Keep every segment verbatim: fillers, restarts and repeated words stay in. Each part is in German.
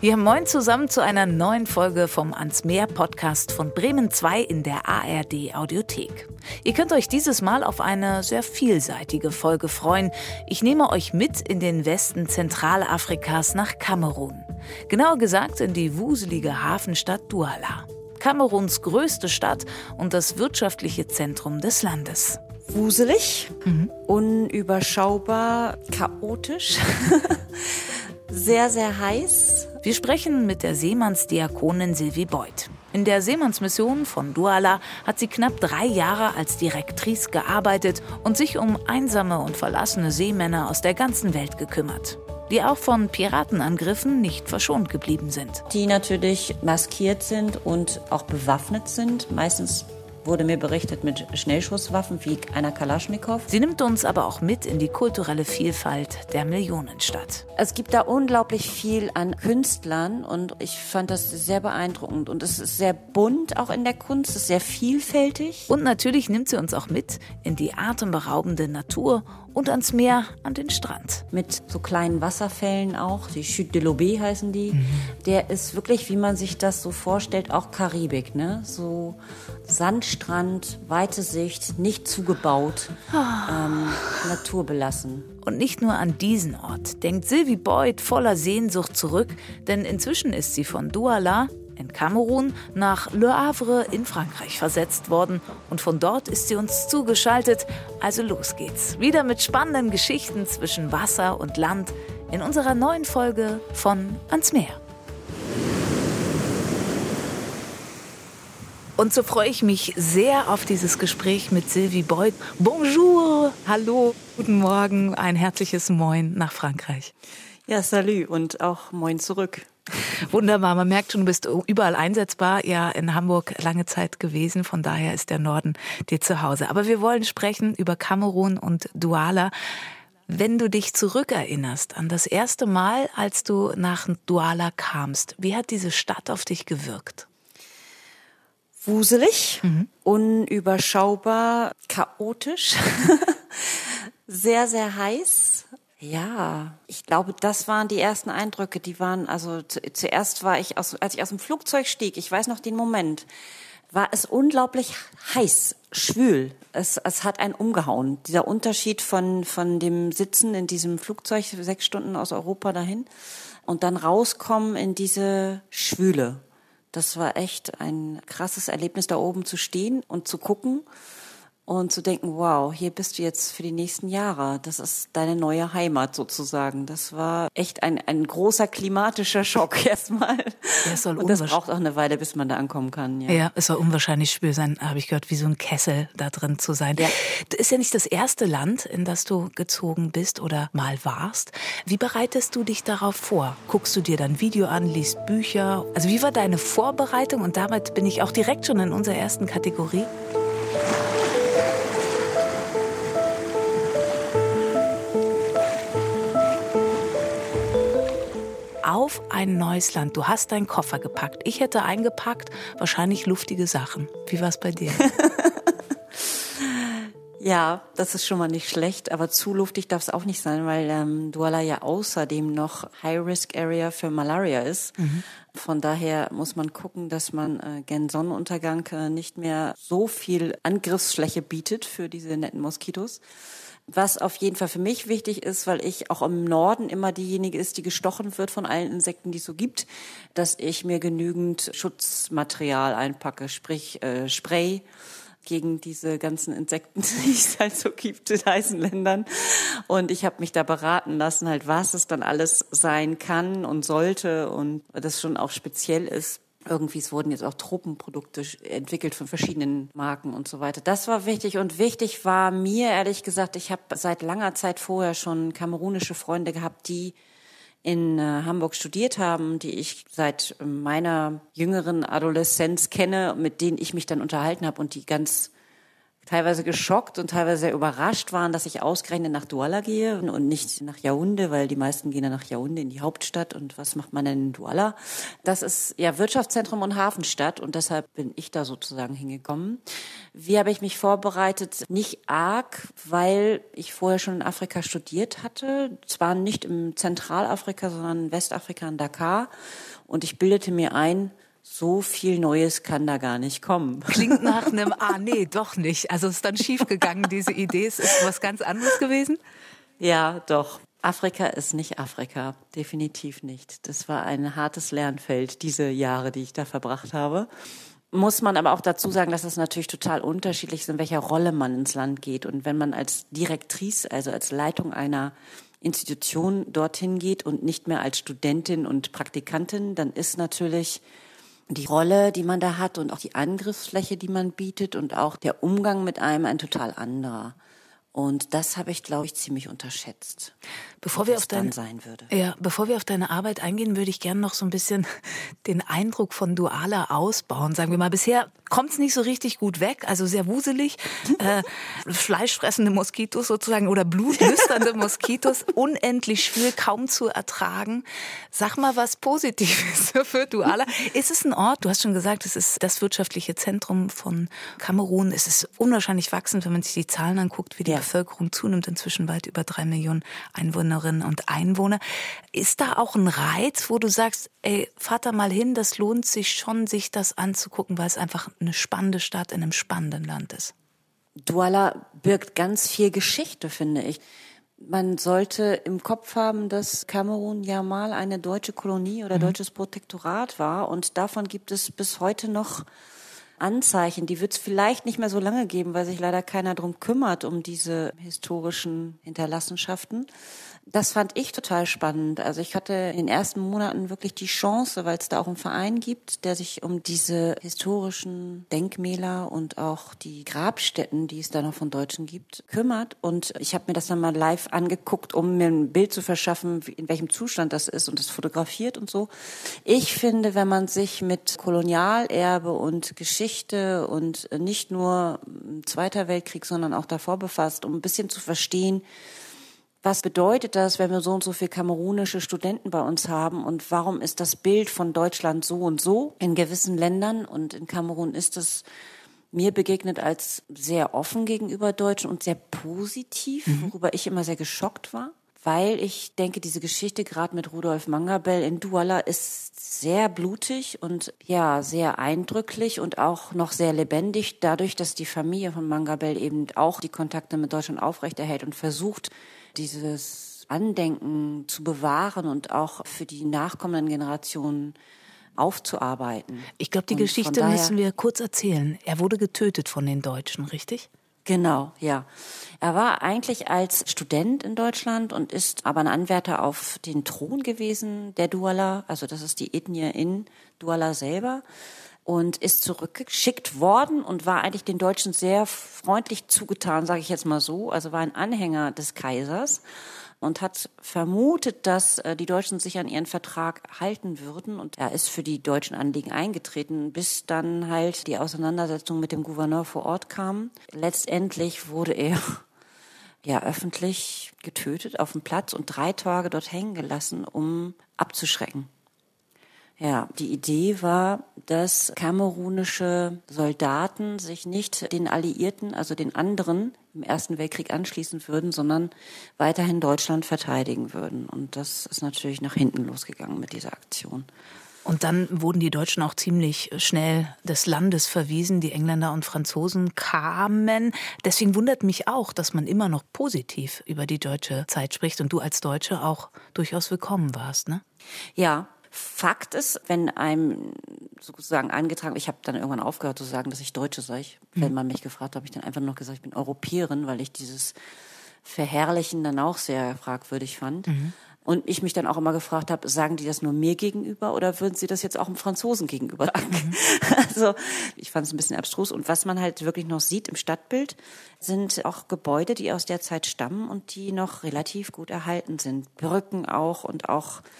Ja, moin zusammen zu einer neuen Folge vom Ans Meer Podcast von Bremen zwei in der A R D Audiothek. Ihr könnt euch dieses Mal auf eine sehr vielseitige Folge freuen. Ich nehme euch mit in den Westen Zentralafrikas nach Kamerun. Genauer gesagt in die wuselige Hafenstadt Douala. Kameruns größte Stadt und das wirtschaftliche Zentrum des Landes. Wuselig, mhm. unüberschaubar, chaotisch, sehr, sehr heiß. Wir sprechen mit der Seemannsdiakonin Sylvie Boyd. In der Seemannsmission von Douala hat sie knapp drei Jahre als Direktrice gearbeitet und sich um einsame und verlassene Seemänner aus der ganzen Welt gekümmert, die auch von Piratenangriffen nicht verschont geblieben sind. Die natürlich maskiert sind und auch bewaffnet sind, meistens wurde mir berichtet mit Schnellschusswaffen wie einer Kalaschnikow. Sie nimmt uns aber auch mit in die kulturelle Vielfalt der Millionenstadt. Es gibt da unglaublich viel an Künstlern und ich fand das sehr beeindruckend. Und es ist sehr bunt, auch in der Kunst, es ist sehr vielfältig. Und natürlich nimmt sie uns auch mit in die atemberaubende Natur und ans Meer, an den Strand. Mit so kleinen Wasserfällen auch, die Chute de l'Aubé heißen die. Mhm. Der ist wirklich, wie man sich das so vorstellt, auch Karibik, ne? So Sandstrand, weite Sicht, nicht zugebaut, oh. ähm, naturbelassen. Und nicht nur an diesen Ort denkt Sylvie Boyd voller Sehnsucht zurück, denn inzwischen ist sie von Douala in Kamerun nach Le Havre in Frankreich versetzt worden. Und von dort ist sie uns zugeschaltet. Also los geht's. Wieder mit spannenden Geschichten zwischen Wasser und Land in unserer neuen Folge von Ans Meer. Und so freue ich mich sehr auf dieses Gespräch mit Sylvie Boyd. Bonjour, hallo, guten Morgen, ein herzliches Moin nach Frankreich. Ja, salut und auch Moin zurück. Wunderbar, man merkt schon, du bist überall einsetzbar, ja in Hamburg lange Zeit gewesen, von daher ist der Norden dir zu Hause. Aber wir wollen sprechen über Kamerun und Douala. Wenn du dich zurückerinnerst an das erste Mal, als du nach Douala kamst, wie hat diese Stadt auf dich gewirkt? Wuselig, mhm. unüberschaubar, chaotisch, sehr, sehr heiß. Ja, ich glaube, das waren die ersten Eindrücke, die waren, also zu, zuerst war ich, aus, als ich aus dem Flugzeug stieg, ich weiß noch den Moment, war es unglaublich heiß, schwül. Es, es hat einen umgehauen. Dieser Unterschied von, von dem Sitzen in diesem Flugzeug, sechs Stunden aus Europa dahin und dann rauskommen in diese Schwüle. Das war echt ein krasses Erlebnis, da oben zu stehen und zu gucken. Und zu denken, wow, hier bist du jetzt für die nächsten Jahre. Das ist deine neue Heimat sozusagen. Das war echt ein, ein großer klimatischer Schock erstmal. Ja, es soll Und das braucht auch eine Weile, bis man da ankommen kann. Ja, ja, es soll unwahrscheinlich schwül sein, habe ich gehört, wie so ein Kessel da drin zu sein. Ja. Das ist ja nicht das erste Land, in das du gezogen bist oder mal warst. Wie bereitest du dich darauf vor? Guckst du dir dann Video an, liest Bücher? Also wie war deine Vorbereitung? Und damit bin ich auch direkt schon in unserer ersten Kategorie. Auf ein neues Land. Du hast deinen Koffer gepackt. Ich hätte eingepackt, wahrscheinlich luftige Sachen. Wie war es bei dir? Ja, das ist schon mal nicht schlecht, aber zu luftig darf es auch nicht sein, weil ähm, Douala ja außerdem noch High-Risk-Area für Malaria ist. Mhm. Von daher muss man gucken, dass man äh, gen Sonnenuntergang äh, nicht mehr so viel Angriffsfläche bietet für diese netten Moskitos. Was auf jeden Fall für mich wichtig ist, weil ich auch im Norden immer diejenige ist, die gestochen wird von allen Insekten, die es so gibt, dass ich mir genügend Schutzmaterial einpacke, sprich äh, Spray gegen diese ganzen Insekten, die es halt so gibt in heißen Ländern. Und ich habe mich da beraten lassen, halt was es dann alles sein kann und sollte und das schon auch speziell ist. Irgendwie, es wurden jetzt auch Tropenprodukte entwickelt von verschiedenen Marken und so weiter. Das war wichtig und wichtig war mir, ehrlich gesagt, ich habe seit langer Zeit vorher schon kamerunische Freunde gehabt, die in äh, Hamburg studiert haben, die ich seit meiner jüngeren Adoleszenz kenne, mit denen ich mich dann unterhalten habe und die ganz teilweise geschockt und teilweise sehr überrascht waren, dass ich ausgerechnet nach Douala gehe und nicht nach Yaoundé, weil die meisten gehen dann nach Yaoundé in die Hauptstadt. Und was macht man denn in Douala? Das ist ja Wirtschaftszentrum und Hafenstadt und deshalb bin ich da sozusagen hingekommen. Wie habe ich mich vorbereitet? Nicht arg, weil ich vorher schon in Afrika studiert hatte. Zwar nicht im Zentralafrika, sondern in Westafrika, in Dakar. Und ich bildete mir ein, so viel Neues kann da gar nicht kommen. Klingt nach einem, ah nee, doch nicht. Also es ist dann schiefgegangen, diese Idee. Es ist was ganz anderes gewesen? Ja, doch. Afrika ist nicht Afrika, definitiv nicht. Das war ein hartes Lernfeld, diese Jahre, die ich da verbracht habe. Muss man aber auch dazu sagen, dass es natürlich total unterschiedlich ist, in welcher Rolle man ins Land geht. Und wenn man als Direktrice, also als Leitung einer Institution dorthin geht und nicht mehr als Studentin und Praktikantin, dann ist natürlich die Rolle, die man da hat und auch die Angriffsfläche, die man bietet und auch der Umgang mit einem ein total anderer. Und das habe ich, glaube ich, ziemlich unterschätzt. Bevor wir auf dein, sein würde. Ja, bevor wir auf deine Arbeit eingehen, würde ich gerne noch so ein bisschen den Eindruck von Douala ausbauen. Sagen wir mal, bisher kommt es nicht so richtig gut weg, also sehr wuselig. Äh, fleischfressende Moskitos sozusagen oder blutlüsternde Moskitos, unendlich schwül, kaum zu ertragen. Sag mal was Positives für Douala. Ist es ein Ort, du hast schon gesagt, es ist das wirtschaftliche Zentrum von Kamerun. Es ist unwahrscheinlich wachsend, wenn man sich die Zahlen anguckt, wie die ja. Bevölkerung zunimmt, inzwischen weit über drei Millionen Einwohnerinnen und Einwohner. Ist da auch ein Reiz, wo du sagst, ey, fahrt da mal hin, das lohnt sich schon, sich das anzugucken, weil es einfach eine spannende Stadt in einem spannenden Land ist? Douala birgt ganz viel Geschichte, finde ich. Man sollte im Kopf haben, dass Kamerun ja mal eine deutsche Kolonie oder mhm. deutsches Protektorat war und davon gibt es bis heute noch Anzeichen. Die wird es vielleicht nicht mehr so lange geben, weil sich leider keiner drum kümmert, um diese historischen Hinterlassenschaften. Das fand ich total spannend. Also ich hatte in den ersten Monaten wirklich die Chance, weil es da auch einen Verein gibt, der sich um diese historischen Denkmäler und auch die Grabstätten, die es da noch von Deutschen gibt, kümmert. Und ich habe mir das dann mal live angeguckt, um mir ein Bild zu verschaffen, in welchem Zustand das ist und das fotografiert und so. Ich finde, wenn man sich mit Kolonialerbe und Geschichte und nicht nur Zweiter Weltkrieg, sondern auch davor befasst, um ein bisschen zu verstehen, was bedeutet das, wenn wir so und so viele kamerunische Studenten bei uns haben und warum ist das Bild von Deutschland so und so in gewissen Ländern und in Kamerun ist es mir begegnet als sehr offen gegenüber Deutschen und sehr positiv, worüber ich immer sehr geschockt war, weil ich denke, diese Geschichte gerade mit Rudolf Mangabell in Douala ist sehr blutig und ja, sehr eindrücklich und auch noch sehr lebendig, dadurch, dass die Familie von Mangabell eben auch die Kontakte mit Deutschland aufrechterhält und versucht, dieses Andenken zu bewahren und auch für die nachkommenden Generationen aufzuarbeiten. Ich glaube, die und Geschichte daher, müssen wir kurz erzählen. Er wurde getötet von den Deutschen, richtig? Genau, ja. Er war eigentlich als Student in Deutschland und ist aber ein Anwärter auf den Thron gewesen, der Douala, also das ist die Ethnie in Douala selber. Und ist zurückgeschickt worden und war eigentlich den Deutschen sehr freundlich zugetan, sage ich jetzt mal so. Also war ein Anhänger des Kaisers und hat vermutet, dass die Deutschen sich an ihren Vertrag halten würden. Und er ist für die deutschen Anliegen eingetreten, bis dann halt die Auseinandersetzung mit dem Gouverneur vor Ort kam. Letztendlich wurde er ja öffentlich getötet auf dem Platz und drei Tage dort hängen gelassen, um abzuschrecken. Ja, die Idee war, dass kamerunische Soldaten sich nicht den Alliierten, also den anderen im Ersten Weltkrieg anschließen würden, sondern weiterhin Deutschland verteidigen würden. Und das ist natürlich nach hinten losgegangen mit dieser Aktion. Und dann wurden die Deutschen auch ziemlich schnell des Landes verwiesen. Die Engländer und Franzosen kamen. Deswegen wundert mich auch, dass man immer noch positiv über die deutsche Zeit spricht und du als Deutsche auch durchaus willkommen warst, ne? Ja. Fakt ist, wenn einem sozusagen angetragen, ich habe dann irgendwann aufgehört zu sagen, dass ich Deutsche sei. Wenn man mich gefragt hat, habe ich dann einfach noch gesagt, ich bin Europäerin, weil ich dieses Verherrlichen dann auch sehr fragwürdig fand. Mhm. Und ich mich dann auch immer gefragt habe, sagen die das nur mir gegenüber oder würden sie das jetzt auch einem Franzosen gegenüber sagen? Mhm. Also ich fand es ein bisschen abstrus. Und was man halt wirklich noch sieht im Stadtbild, sind auch Gebäude, die aus der Zeit stammen und die noch relativ gut erhalten sind. Brücken auch und auch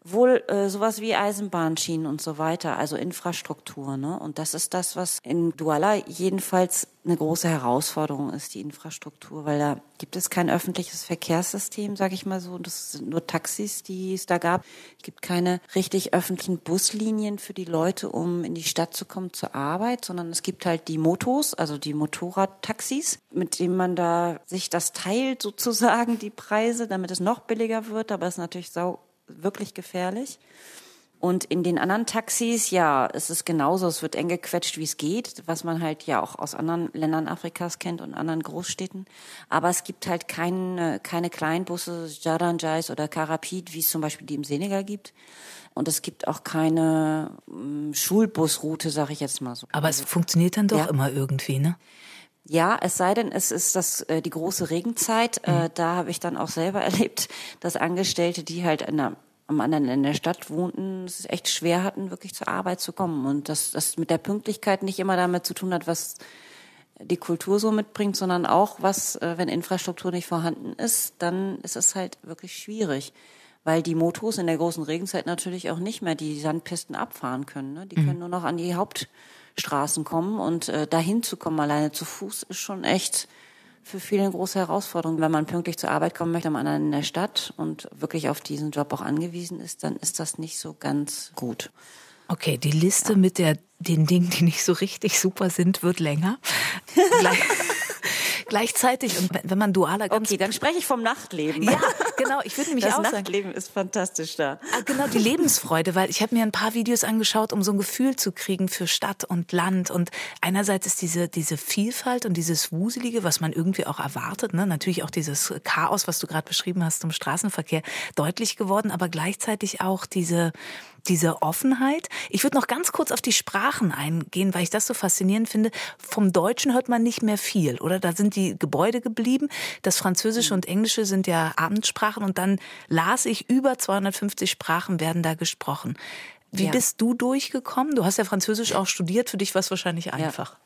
Wohl äh, sowas wie Eisenbahnschienen und so weiter, also Infrastruktur, ne? Und das ist das, was in Douala jedenfalls eine große Herausforderung ist, die Infrastruktur, weil da gibt es kein öffentliches Verkehrssystem, sage ich mal so. Das sind nur Taxis, die es da gab. Es gibt keine richtig öffentlichen Buslinien für die Leute, um in die Stadt zu kommen zur Arbeit, sondern es gibt halt die Motos, also die Motorradtaxis, mit denen man da sich das teilt sozusagen, die Preise, damit es noch billiger wird, aber es ist natürlich sau wirklich gefährlich. Und in den anderen Taxis, ja, es ist genauso, es wird eng gequetscht, wie es geht, was man halt ja auch aus anderen Ländern Afrikas kennt und anderen Großstädten. Aber es gibt halt keine, keine Kleinbusse, Jaranjais oder Carapid, wie es zum Beispiel die im Senegal gibt. Und es gibt auch keine ähm, Schulbusroute, sage ich jetzt mal so. Aber es funktioniert dann doch ja. immer irgendwie, ne? Ja, es sei denn, es ist das äh, die große Regenzeit. Mhm. Äh, da habe ich dann auch selber erlebt, dass Angestellte, die halt in der, am anderen Ende der Stadt wohnten, es echt schwer hatten, wirklich zur Arbeit zu kommen. Und dass das mit der Pünktlichkeit nicht immer damit zu tun hat, was die Kultur so mitbringt, sondern auch, was, äh, wenn Infrastruktur nicht vorhanden ist, dann ist es halt wirklich schwierig. Weil die Motos in der großen Regenzeit natürlich auch nicht mehr die Sandpisten abfahren können. Ne? Die mhm. können nur noch an die Hauptstraßen kommen und äh, dahin zu kommen, alleine zu Fuß, ist schon echt für viele eine große Herausforderung. Wenn man pünktlich zur Arbeit kommen möchte, am anderen in der Stadt und wirklich auf diesen Job auch angewiesen ist, dann ist das nicht so ganz gut. Okay, die Liste ja. mit der, den Dingen, die nicht so richtig super sind, wird länger. Gleich, gleichzeitig, und wenn man Douala ganz... Okay, dann spreche ich vom Nachtleben. Ja, genau, ich würde nämlich das auch sagen... Das Nachtleben ist fantastisch da. Ah, genau, die Lebensfreude, weil ich habe mir ein paar Videos angeschaut, um so ein Gefühl zu kriegen für Stadt und Land. Und einerseits ist diese diese Vielfalt und dieses Wuselige, was man irgendwie auch erwartet, ne? Natürlich auch dieses Chaos, was du gerade beschrieben hast zum Straßenverkehr, deutlich geworden, aber gleichzeitig auch diese... diese Offenheit. Ich würde noch ganz kurz auf die Sprachen eingehen, weil ich das so faszinierend finde. Vom Deutschen hört man nicht mehr viel, oder? Da sind die Gebäude geblieben. Das Französische und Englische sind ja Abendsprachen und dann las ich, über zweihundertfünfzig Sprachen werden da gesprochen. Wie ja. bist du durchgekommen? Du hast ja Französisch auch studiert, für dich war es wahrscheinlich einfach.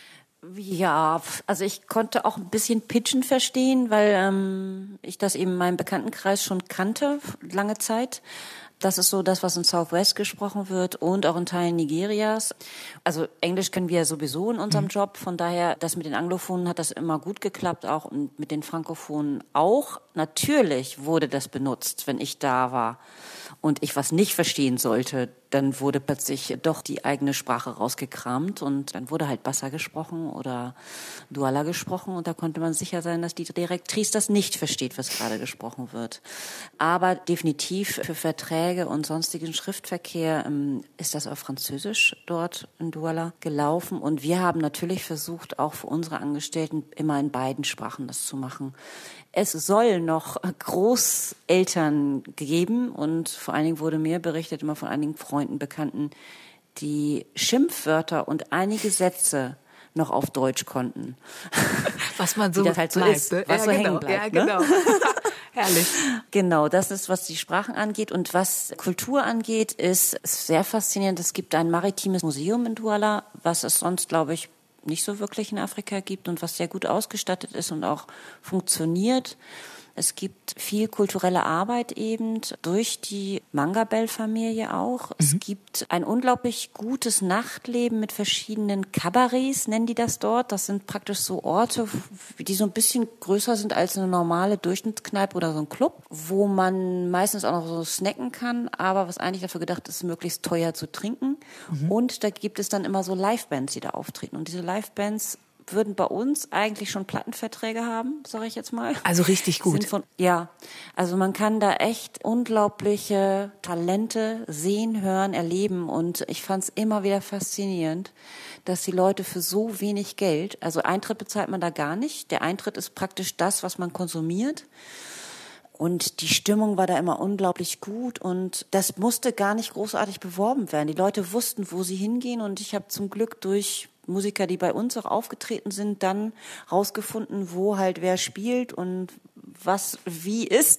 Ja. Ja, also ich konnte auch ein bisschen Pidgin verstehen, weil ähm, ich das eben in meinem Bekanntenkreis schon kannte, lange Zeit. Das ist so das, was in Southwest gesprochen wird und auch in Teilen Nigerias. Also Englisch können wir ja sowieso in unserem mhm. Job. Von daher, das mit den Anglophonen hat das immer gut geklappt, auch und mit den Frankophonen auch. Natürlich wurde das benutzt, wenn ich da war und ich was nicht verstehen sollte. Dann wurde plötzlich doch die eigene Sprache rausgekramt und dann wurde halt Bassa gesprochen oder Douala gesprochen und da konnte man sicher sein, dass die Direktrice das nicht versteht, was gerade gesprochen wird. Aber definitiv für Verträge und sonstigen Schriftverkehr ähm, ist das auf Französisch dort in Douala gelaufen und wir haben natürlich versucht, auch für unsere Angestellten immer in beiden Sprachen das zu machen. Es soll noch Großeltern geben und vor allen Dingen wurde mir berichtet, immer von einigen Freunden, Bekannten, die Schimpfwörter und einige Sätze noch auf Deutsch konnten. Was man so, wie das halt so bleibt, ist, ne? was ja, so genau. hängen bleibt. Ja, genau. Ne? Herrlich. Genau, das ist, was die Sprachen angeht. Und was Kultur angeht, ist sehr faszinierend. Es gibt ein maritimes Museum in Douala, was es sonst, glaube ich, nicht so wirklich in Afrika gibt und was sehr gut ausgestattet ist und auch funktioniert. Es gibt viel kulturelle Arbeit eben durch die Mangabell-Familie auch. Mhm. Es gibt ein unglaublich gutes Nachtleben mit verschiedenen Kabarets, nennen die das dort. Das sind praktisch so Orte, die so ein bisschen größer sind als eine normale Durchschnittskneipe oder so ein Club, wo man meistens auch noch so snacken kann, aber was eigentlich dafür gedacht ist, möglichst teuer zu trinken. Mhm. Und da gibt es dann immer so Livebands, die da auftreten. Und diese Livebands würden bei uns eigentlich schon Plattenverträge haben, sage ich jetzt mal. Also richtig gut. Von, ja, also man kann da echt unglaubliche Talente sehen, hören, erleben und ich fand es immer wieder faszinierend, dass die Leute für so wenig Geld, also Eintritt bezahlt man da gar nicht, der Eintritt ist praktisch das, was man konsumiert. Und die Stimmung war da immer unglaublich gut und das musste gar nicht großartig beworben werden. Die Leute wussten, wo sie hingehen und ich habe zum Glück durch Musiker, die bei uns auch aufgetreten sind, dann rausgefunden, wo halt wer spielt und was wie ist.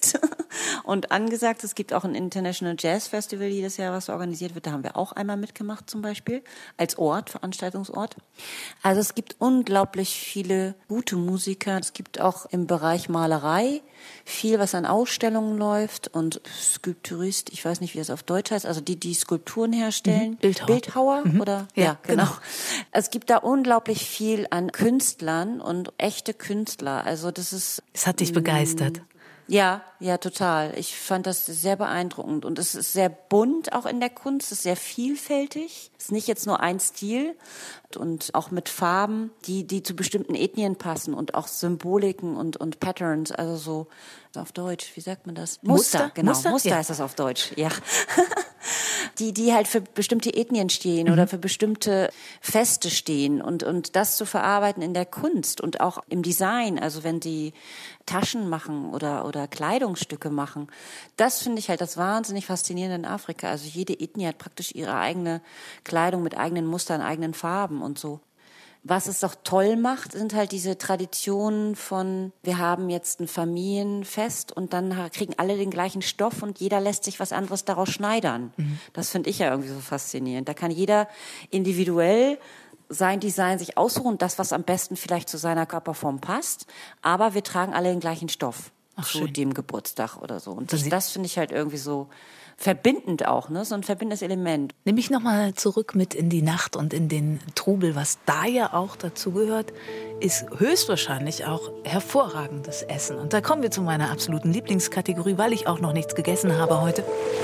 und angesagt. Es gibt auch ein International Jazz Festival jedes Jahr, was organisiert wird. Da haben wir auch einmal mitgemacht zum Beispiel, als Ort, Veranstaltungsort. Also es gibt unglaublich viele gute Musiker. Es gibt auch im Bereich Malerei viel, was an Ausstellungen läuft und Skulpturist, ich weiß nicht, wie das auf Deutsch heißt, also die, die Skulpturen herstellen. Mhm. Bildhauer. Bildhauer mhm. oder? Ja, ja genau. genau. Es gibt da unglaublich viel an Künstlern und echte Künstler. Also das ist... Es hat dich begeistert. Ja, ja, total. Ich fand das sehr beeindruckend. Und es ist sehr bunt auch in der Kunst, es ist sehr vielfältig. Es ist nicht jetzt nur ein Stil und auch mit Farben, die, die zu bestimmten Ethnien passen und auch Symboliken und, und Patterns, also so auf Deutsch, wie sagt man das? Muster, Muster genau. Muster, Muster ja. heißt das auf Deutsch, ja. die, die halt für bestimmte Ethnien stehen mhm. oder für bestimmte Feste stehen und, und das zu verarbeiten in der Kunst und auch im Design, also wenn die Taschen machen oder, oder Kleidungsstücke machen. Das finde ich halt das wahnsinnig Faszinierende in Afrika. Also jede Ethnie hat praktisch ihre eigene Kleidung mit eigenen Mustern, eigenen Farben und so. Was es doch toll macht, sind halt diese Traditionen von, wir haben jetzt ein Familienfest und dann kriegen alle den gleichen Stoff und jeder lässt sich was anderes daraus schneidern. Mhm. Das finde ich ja irgendwie so faszinierend. Da kann jeder individuell sein Design sich aussuchen, das, was am besten vielleicht zu seiner Körperform passt, aber wir tragen alle den gleichen Stoff Ach, zu schön. dem Geburtstag oder so. Und Das, das, das finde ich halt irgendwie so verbindend auch, ne? So ein verbindendes Element. Nimm mich nochmal zurück mit in die Nacht und in den Trubel. Was da ja auch dazugehört, ist höchstwahrscheinlich auch hervorragendes Essen. Und da kommen wir zu meiner absoluten Lieblingskategorie, weil ich auch noch nichts gegessen habe heute.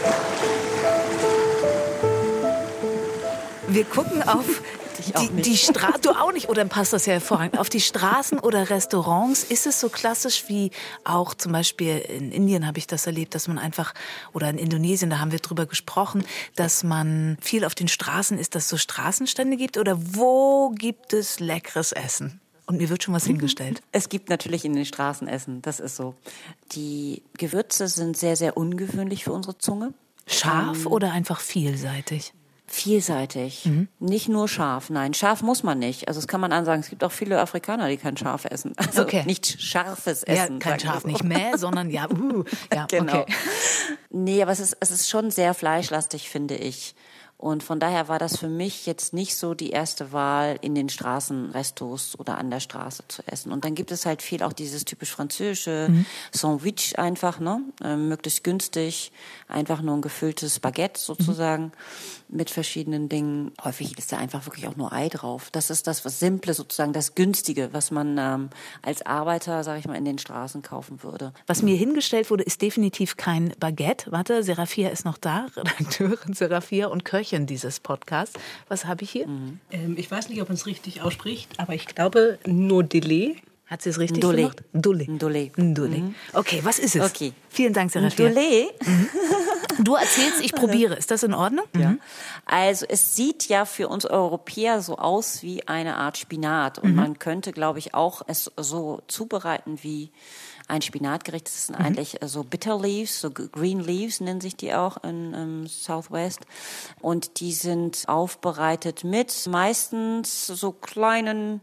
Wir gucken auf die, die Straße. Du auch nicht, oder dann passt das ja hervorragend. Auf die Straßen oder Restaurants ist es so klassisch wie auch zum Beispiel in Indien habe ich das erlebt, dass man einfach, oder in Indonesien, da haben wir drüber gesprochen, dass man viel auf den Straßen ist, dass es so Straßenstände gibt, oder wo gibt es leckeres Essen? Und mir wird schon was hingestellt. Es gibt natürlich in den Straßen Essen, das ist so. Die Gewürze sind sehr, sehr ungewöhnlich für unsere Zunge. Scharf ähm, oder einfach vielseitig? Vielseitig. Mhm. Nicht nur scharf. Nein, scharf muss man nicht. Also das kann man ansagen. Es gibt auch viele Afrikaner, die kein Scharf essen. Also okay. Nicht scharfes Essen. Ja, kein Scharf, so. Nicht mehr, sondern ja. Uh, ja genau. Okay. Nee, aber es ist, es ist schon sehr fleischlastig, finde ich. Und von daher war das für mich jetzt nicht so die erste Wahl, in den Straßenrestos oder an der Straße zu essen. Und dann gibt es halt viel auch dieses typisch französische mhm. Sandwich einfach, ne, äh, möglichst günstig, einfach nur ein gefülltes Baguette sozusagen mhm. mit verschiedenen Dingen. Häufig ist da einfach wirklich auch nur Ei drauf. Das ist das, was Simple sozusagen, das Günstige, was man ähm, als Arbeiter, sage ich mal, in den Straßen kaufen würde. Was mir hingestellt wurde, ist definitiv kein Baguette. Warte, Serafia ist noch da, Redakteurin Serafia und Köchin dieses Podcasts. Was habe ich hier? Mhm. Ähm, ich weiß nicht, ob man es richtig ausspricht, aber ich glaube Ndolé. Hat sie es richtig Ndolé. gemacht? Ndolé. Ndolé. Ndolé. Mhm. Okay, was ist es? Okay. Vielen Dank, Serafia. Ndolé. Mhm. Du erzählst, ich probiere. Ist das in Ordnung? Ja. Mhm. Also es sieht ja für uns Europäer so aus wie eine Art Spinat. Und mhm. man könnte, glaube ich, auch es so zubereiten wie ein Spinatgericht. Das sind mhm. eigentlich so Bitter Leaves, so Green Leaves nennen sich die auch in um, Southwest. Und die sind aufbereitet mit meistens so kleinen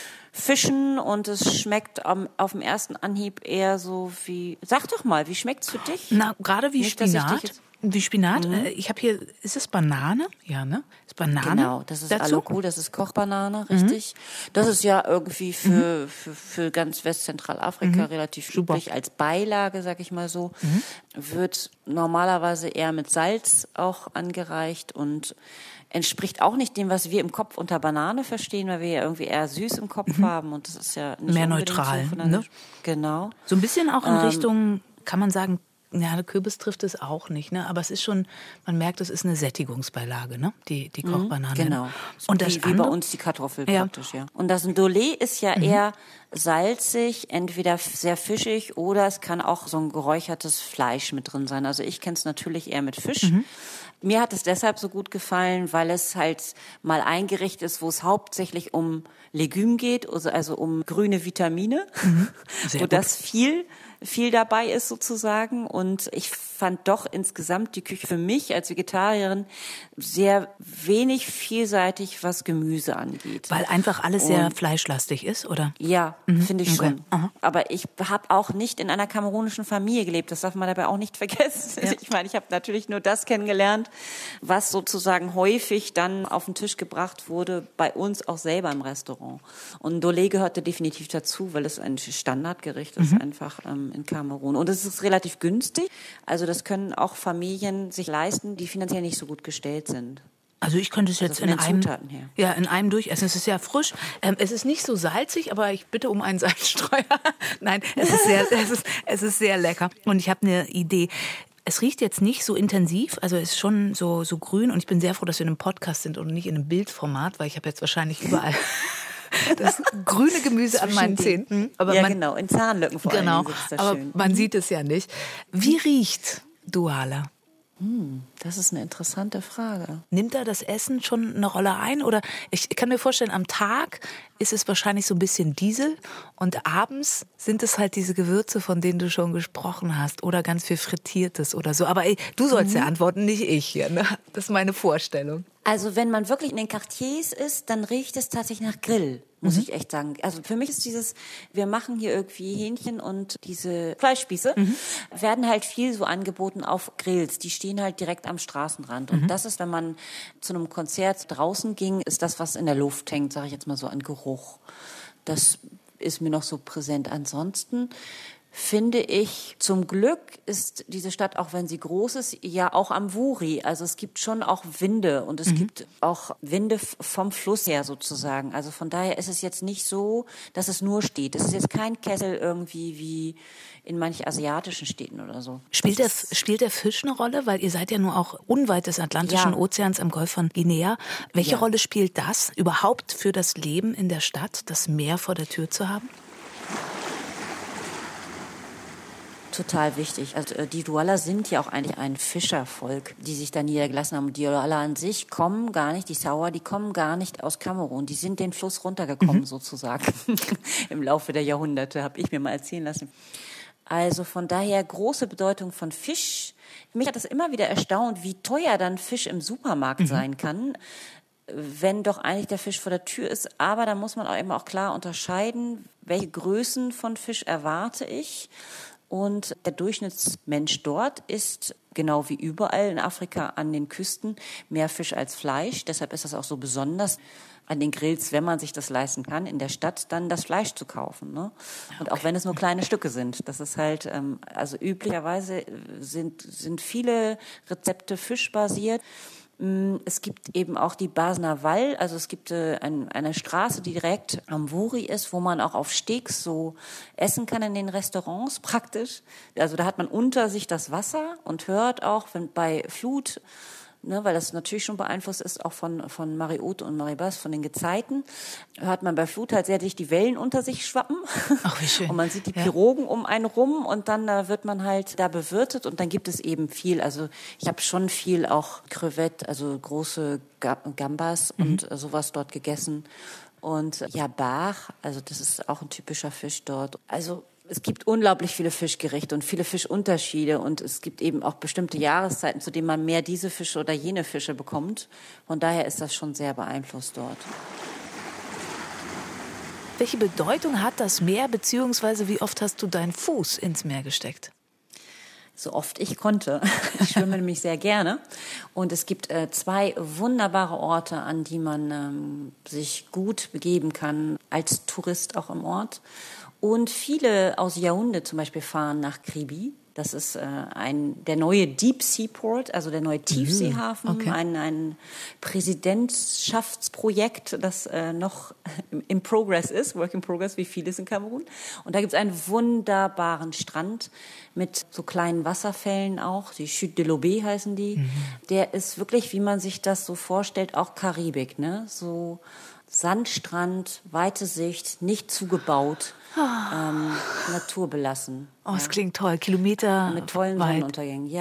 Fischen und es schmeckt am, auf dem ersten Anhieb eher so wie, sag doch mal, wie schmeckt's für dich? Na, gerade wie Nicht, Spinat. Wie Spinat. Mhm. Ich habe hier, ist es Banane? Ja, ne? Ist Banane? Genau, das ist dazu? Aloku, das ist Kochbanane, richtig. Mhm. Das ist ja irgendwie für, mhm. für, für ganz Westzentralafrika mhm. relativ Super. üblich als Beilage, sag ich mal so. Mhm. Wird normalerweise eher mit Salz auch angereicht und entspricht auch nicht dem, was wir im Kopf unter Banane verstehen, weil wir ja irgendwie eher süß im Kopf mhm. haben und das ist ja nicht mehr neutral, so ne? Genau. So ein bisschen auch in ähm, Richtung, kann man sagen, ja, der Kürbis trifft es auch nicht, ne? Aber es ist schon, man merkt, es ist eine Sättigungsbeilage, ne? Die, die Kochbanane. Genau. Und das wie, wie bei uns die Kartoffel ja. praktisch, ja. Und das Ndolé ist ja mhm. eher salzig, entweder sehr fischig oder es kann auch so ein geräuchertes Fleisch mit drin sein. Also ich kenne es natürlich eher mit Fisch. Mhm. Mir hat es deshalb so gut gefallen, weil es halt mal ein Gericht ist, wo es hauptsächlich um Legume geht, also um grüne Vitamine, mhm. wo gut. das viel viel dabei ist sozusagen. Und ich fand doch insgesamt die Küche für mich als Vegetarierin sehr wenig vielseitig, was Gemüse angeht. Weil einfach alles Und sehr fleischlastig ist, oder? Ja, Mhm. finde ich Okay. schon. Aha. Aber ich habe auch nicht in einer kamerunischen Familie gelebt. Das darf man dabei auch nicht vergessen. Ja. Ich meine, ich habe natürlich nur das kennengelernt, was sozusagen häufig dann auf den Tisch gebracht wurde, bei uns auch selber im Restaurant. Und Dolé gehörte definitiv dazu, weil es ein Standardgericht ist, mhm. einfach ähm, in Kamerun. Und es ist relativ günstig. Also das können auch Familien sich leisten, die finanziell nicht so gut gestellt sind. Also ich könnte es jetzt also in einem, Zutaten her. ja, in einem durchessen. Es ist sehr frisch. Ähm, es ist nicht so salzig, aber ich bitte um einen Salzstreuer. Nein, es ist sehr, es ist, es ist sehr lecker. Und ich habe eine Idee. Es riecht jetzt nicht so intensiv, also es ist schon so, so grün. Und ich bin sehr froh, dass wir in einem Podcast sind und nicht in einem Bildformat, weil ich habe jetzt wahrscheinlich überall das grüne Gemüse an meinen Zähnen. Aber ja, man, genau, in Zahnlücken vor genau, allem sitzt das aber schön. man sieht es ja nicht. Wie riecht Douala? Hm, das ist eine interessante Frage. Nimmt da das Essen schon eine Rolle ein? Oder ich kann mir vorstellen, am Tag ist es wahrscheinlich so ein bisschen Diesel und abends sind es halt diese Gewürze, von denen du schon gesprochen hast oder ganz viel Frittiertes oder so. Aber ey, du sollst mhm. ja antworten, nicht ich hier. Ne? Das ist meine Vorstellung. Also wenn man wirklich in den Quartiers ist, dann riecht es tatsächlich nach Grill, muss mhm. ich echt sagen. Also für mich ist dieses, wir machen hier irgendwie Hähnchen und diese Fleischspieße mhm. werden halt viel so angeboten auf Grills. Die stehen halt direkt am Straßenrand. Und mhm. das ist, wenn man zu einem Konzert draußen ging, ist das, was in der Luft hängt, sage ich jetzt mal so, an Geruch. Das ist mir noch so präsent. Ansonsten finde ich, zum Glück ist diese Stadt, auch wenn sie groß ist, ja auch am Wuri. Also es gibt schon auch Winde und es mhm. gibt auch Winde vom Fluss her sozusagen. Also von daher ist es jetzt nicht so, dass es nur steht. Es ist jetzt kein Kessel irgendwie wie in manchen asiatischen Städten oder so. Spielt der, spielt der Fisch eine Rolle? Weil ihr seid ja nur auch unweit des Atlantischen ja. Ozeans am Golf von Guinea. Welche ja. Rolle spielt das überhaupt für das Leben in der Stadt, das Meer vor der Tür zu haben? Total wichtig. Also die Douala sind ja auch eigentlich ein Fischervolk, die sich da niedergelassen haben. Die Douala an sich kommen gar nicht, die Sawa, die kommen gar nicht aus Kamerun. Die sind den Fluss runtergekommen mhm. sozusagen. Im Laufe der Jahrhunderte, habe ich mir mal erzählen lassen. Also von daher große Bedeutung von Fisch. Mich hat das immer wieder erstaunt, wie teuer dann Fisch im Supermarkt mhm. sein kann, wenn doch eigentlich der Fisch vor der Tür ist. Aber da muss man auch immer auch klar unterscheiden, welche Größen von Fisch erwarte ich. Und der Durchschnittsmensch dort isst, genau wie überall in Afrika an den Küsten, mehr Fisch als Fleisch. Deshalb ist das auch so besonders an den Grills, wenn man sich das leisten kann, in der Stadt dann das Fleisch zu kaufen. Ne? Und okay. auch wenn es nur kleine Stücke sind. Das ist halt, ähm, also üblicherweise sind, sind viele Rezepte fischbasiert. Es gibt eben auch die Basnaval, also es gibt äh, ein, eine Straße, die direkt am Wuri ist, wo man auch auf Steaks so essen kann in den Restaurants praktisch. Also da hat man unter sich das Wasser und hört auch, wenn bei Flut, ne, weil das natürlich schon beeinflusst ist, auch von, von Mariot und Maribas, von den Gezeiten, hört man bei Flut halt sehr dicht die Wellen unter sich schwappen. Ach, wie schön. Und man sieht die ja. Pirogen um einen rum und dann da wird man halt da bewirtet und dann gibt es eben viel. Also ich habe schon viel auch Crevette, also große Gambas mhm. und sowas dort gegessen. Und ja, Bar, also das ist auch ein typischer Fisch dort. Also es gibt unglaublich viele Fischgerichte und viele Fischunterschiede und es gibt eben auch bestimmte Jahreszeiten, zu denen man mehr diese Fische oder jene Fische bekommt. Von daher ist das schon sehr beeinflusst dort. Welche Bedeutung hat das Meer, beziehungsweise wie oft hast du deinen Fuß ins Meer gesteckt? So oft ich konnte. Ich schwimme nämlich sehr gerne. Und es gibt äh, zwei wunderbare Orte, an die man ähm, sich gut begeben kann, als Tourist auch im Ort. Und viele aus Yaoundé zum Beispiel fahren nach Kribi. Das ist äh, ein, der neue Deep Seaport, also der neue Tiefseehafen, okay. ein, ein Präsidentschaftsprojekt, das äh, noch im Progress ist, Work in Progress, wie vieles in Kamerun. Und da gibt es einen wunderbaren Strand mit so kleinen Wasserfällen auch, die Chute de l'Aubé heißen die. Mhm. Der ist wirklich, wie man sich das so vorstellt, auch Karibik, ne? So Sandstrand, weite Sicht, nicht zugebaut. Ähm, naturbelassen. Oh, es ja. klingt toll. Kilometer mit tollen weit. Sonnenuntergängen. Ja,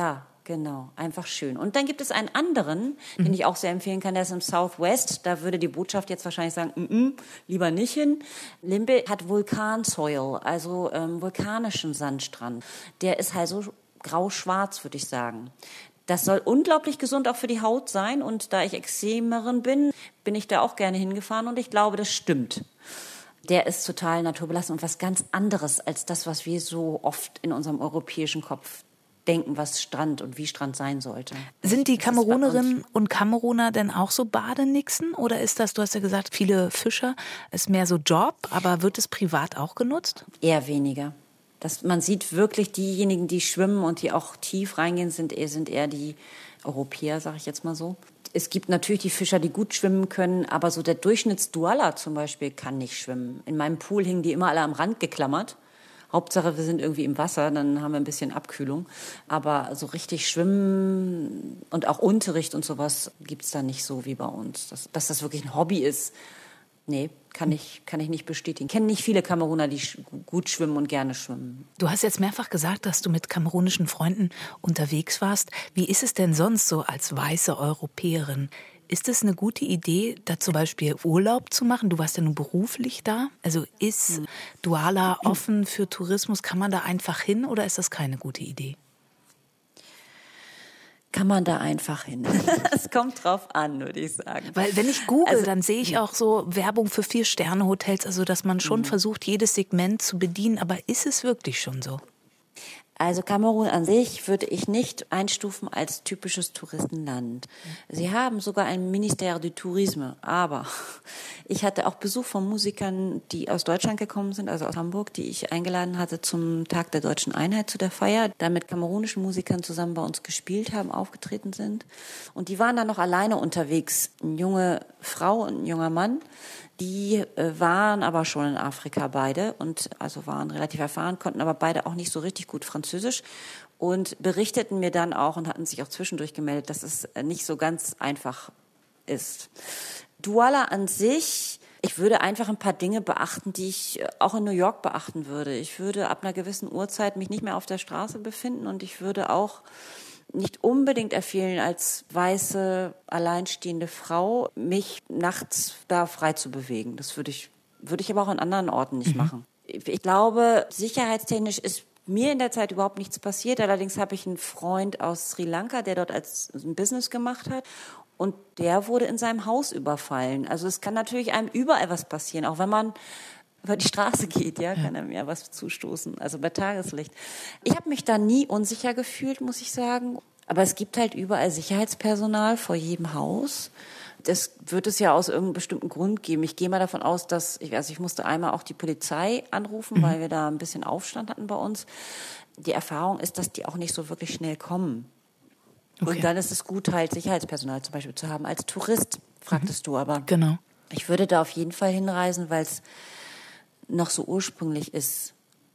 Genau, einfach schön. Und dann gibt es einen anderen, mhm. den ich auch sehr empfehlen kann, der ist im Southwest. Da würde die Botschaft jetzt wahrscheinlich sagen, mm -mm, lieber nicht hin. Limbe hat Vulkansoil, also ähm, vulkanischen Sandstrand. Der ist halt so grau-schwarz, würde ich sagen. Das soll unglaublich gesund auch für die Haut sein. Und da ich Ekzemerin bin, bin ich da auch gerne hingefahren. Und ich glaube, das stimmt. Der ist total naturbelassen und was ganz anderes als das, was wir so oft in unserem europäischen Kopf denken, was Strand und wie Strand sein sollte. Sind die Kamerunerinnen und Kameruner denn auch so Badenixen? Oder ist das, du hast ja gesagt, viele Fischer, ist mehr so Job, aber wird es privat auch genutzt? Eher weniger. Das, man sieht wirklich, diejenigen, die schwimmen und die auch tief reingehen, sind eher, sind eher die Europäer, sage ich jetzt mal so. Es gibt natürlich die Fischer, die gut schwimmen können, aber so der Durchschnittsduala zum Beispiel kann nicht schwimmen. In meinem Pool hingen die immer alle am Rand geklammert. Hauptsache, wir sind irgendwie im Wasser, dann haben wir ein bisschen Abkühlung. Aber so richtig Schwimmen und auch Unterricht und sowas gibt's da nicht so wie bei uns. Dass, dass das wirklich ein Hobby ist, nee, kann ich, kann ich nicht bestätigen. Ich kenne nicht viele Kameruner, die sch- gut schwimmen und gerne schwimmen. Du hast jetzt mehrfach gesagt, dass du mit kamerunischen Freunden unterwegs warst. Wie ist es denn sonst so als weiße Europäerin? Ist es eine gute Idee, da zum Beispiel Urlaub zu machen? Du warst ja nun beruflich da. Also ist Douala offen für Tourismus? Kann man da einfach hin oder ist das keine gute Idee? Kann man da einfach hin. Es kommt drauf an, würde ich sagen. Weil wenn ich google, also, dann sehe ich auch so Werbung für Vier-Sterne-Hotels, also dass man schon mhm. versucht, jedes Segment zu bedienen. Aber ist es wirklich schon so? Also Kamerun an sich würde ich nicht einstufen als typisches Touristenland. Sie haben sogar ein Ministère du Tourisme, aber ich hatte auch Besuch von Musikern, die aus Deutschland gekommen sind, also aus Hamburg, die ich eingeladen hatte zum Tag der Deutschen Einheit, zu der Feier, da mit kamerunischen Musikern zusammen bei uns gespielt haben, aufgetreten sind. Und die waren dann noch alleine unterwegs, eine junge Frau und ein junger Mann. Die äh, waren aber schon in Afrika beide und also waren relativ erfahren, konnten aber beide auch nicht so richtig gut Französisch und berichteten mir dann auch und hatten sich auch zwischendurch gemeldet, dass es nicht so ganz einfach ist. Douala an sich, ich würde einfach ein paar Dinge beachten, die ich auch in New York beachten würde. Ich würde ab einer gewissen Uhrzeit mich nicht mehr auf der Straße befinden und ich würde auch nicht unbedingt empfehlen, als weiße, alleinstehende Frau, mich nachts da frei zu bewegen. Das würde ich, würde ich aber auch an anderen Orten nicht mhm. machen. Ich glaube, sicherheitstechnisch ist mir in der Zeit überhaupt nichts passiert. Allerdings habe ich einen Freund aus Sri Lanka, der dort als ein Business gemacht hat. Und der wurde in seinem Haus überfallen. Also es kann natürlich einem überall was passieren, auch wenn man über die Straße geht, ja, kann er mir was zustoßen, also bei Tageslicht. Ich habe mich da nie unsicher gefühlt, muss ich sagen. Aber es gibt halt überall Sicherheitspersonal vor jedem Haus. Das wird es ja aus irgendeinem bestimmten Grund geben. Ich gehe mal davon aus, dass, ich, also ich musste einmal auch die Polizei anrufen, mhm. weil wir da ein bisschen Aufstand hatten bei uns. Die Erfahrung ist, dass die auch nicht so wirklich schnell kommen. Okay. Und dann ist es gut, halt Sicherheitspersonal zum Beispiel zu haben. Als Tourist, fragtest mhm. du aber. Genau. Ich würde da auf jeden Fall hinreisen, weil es noch so ursprünglich ist.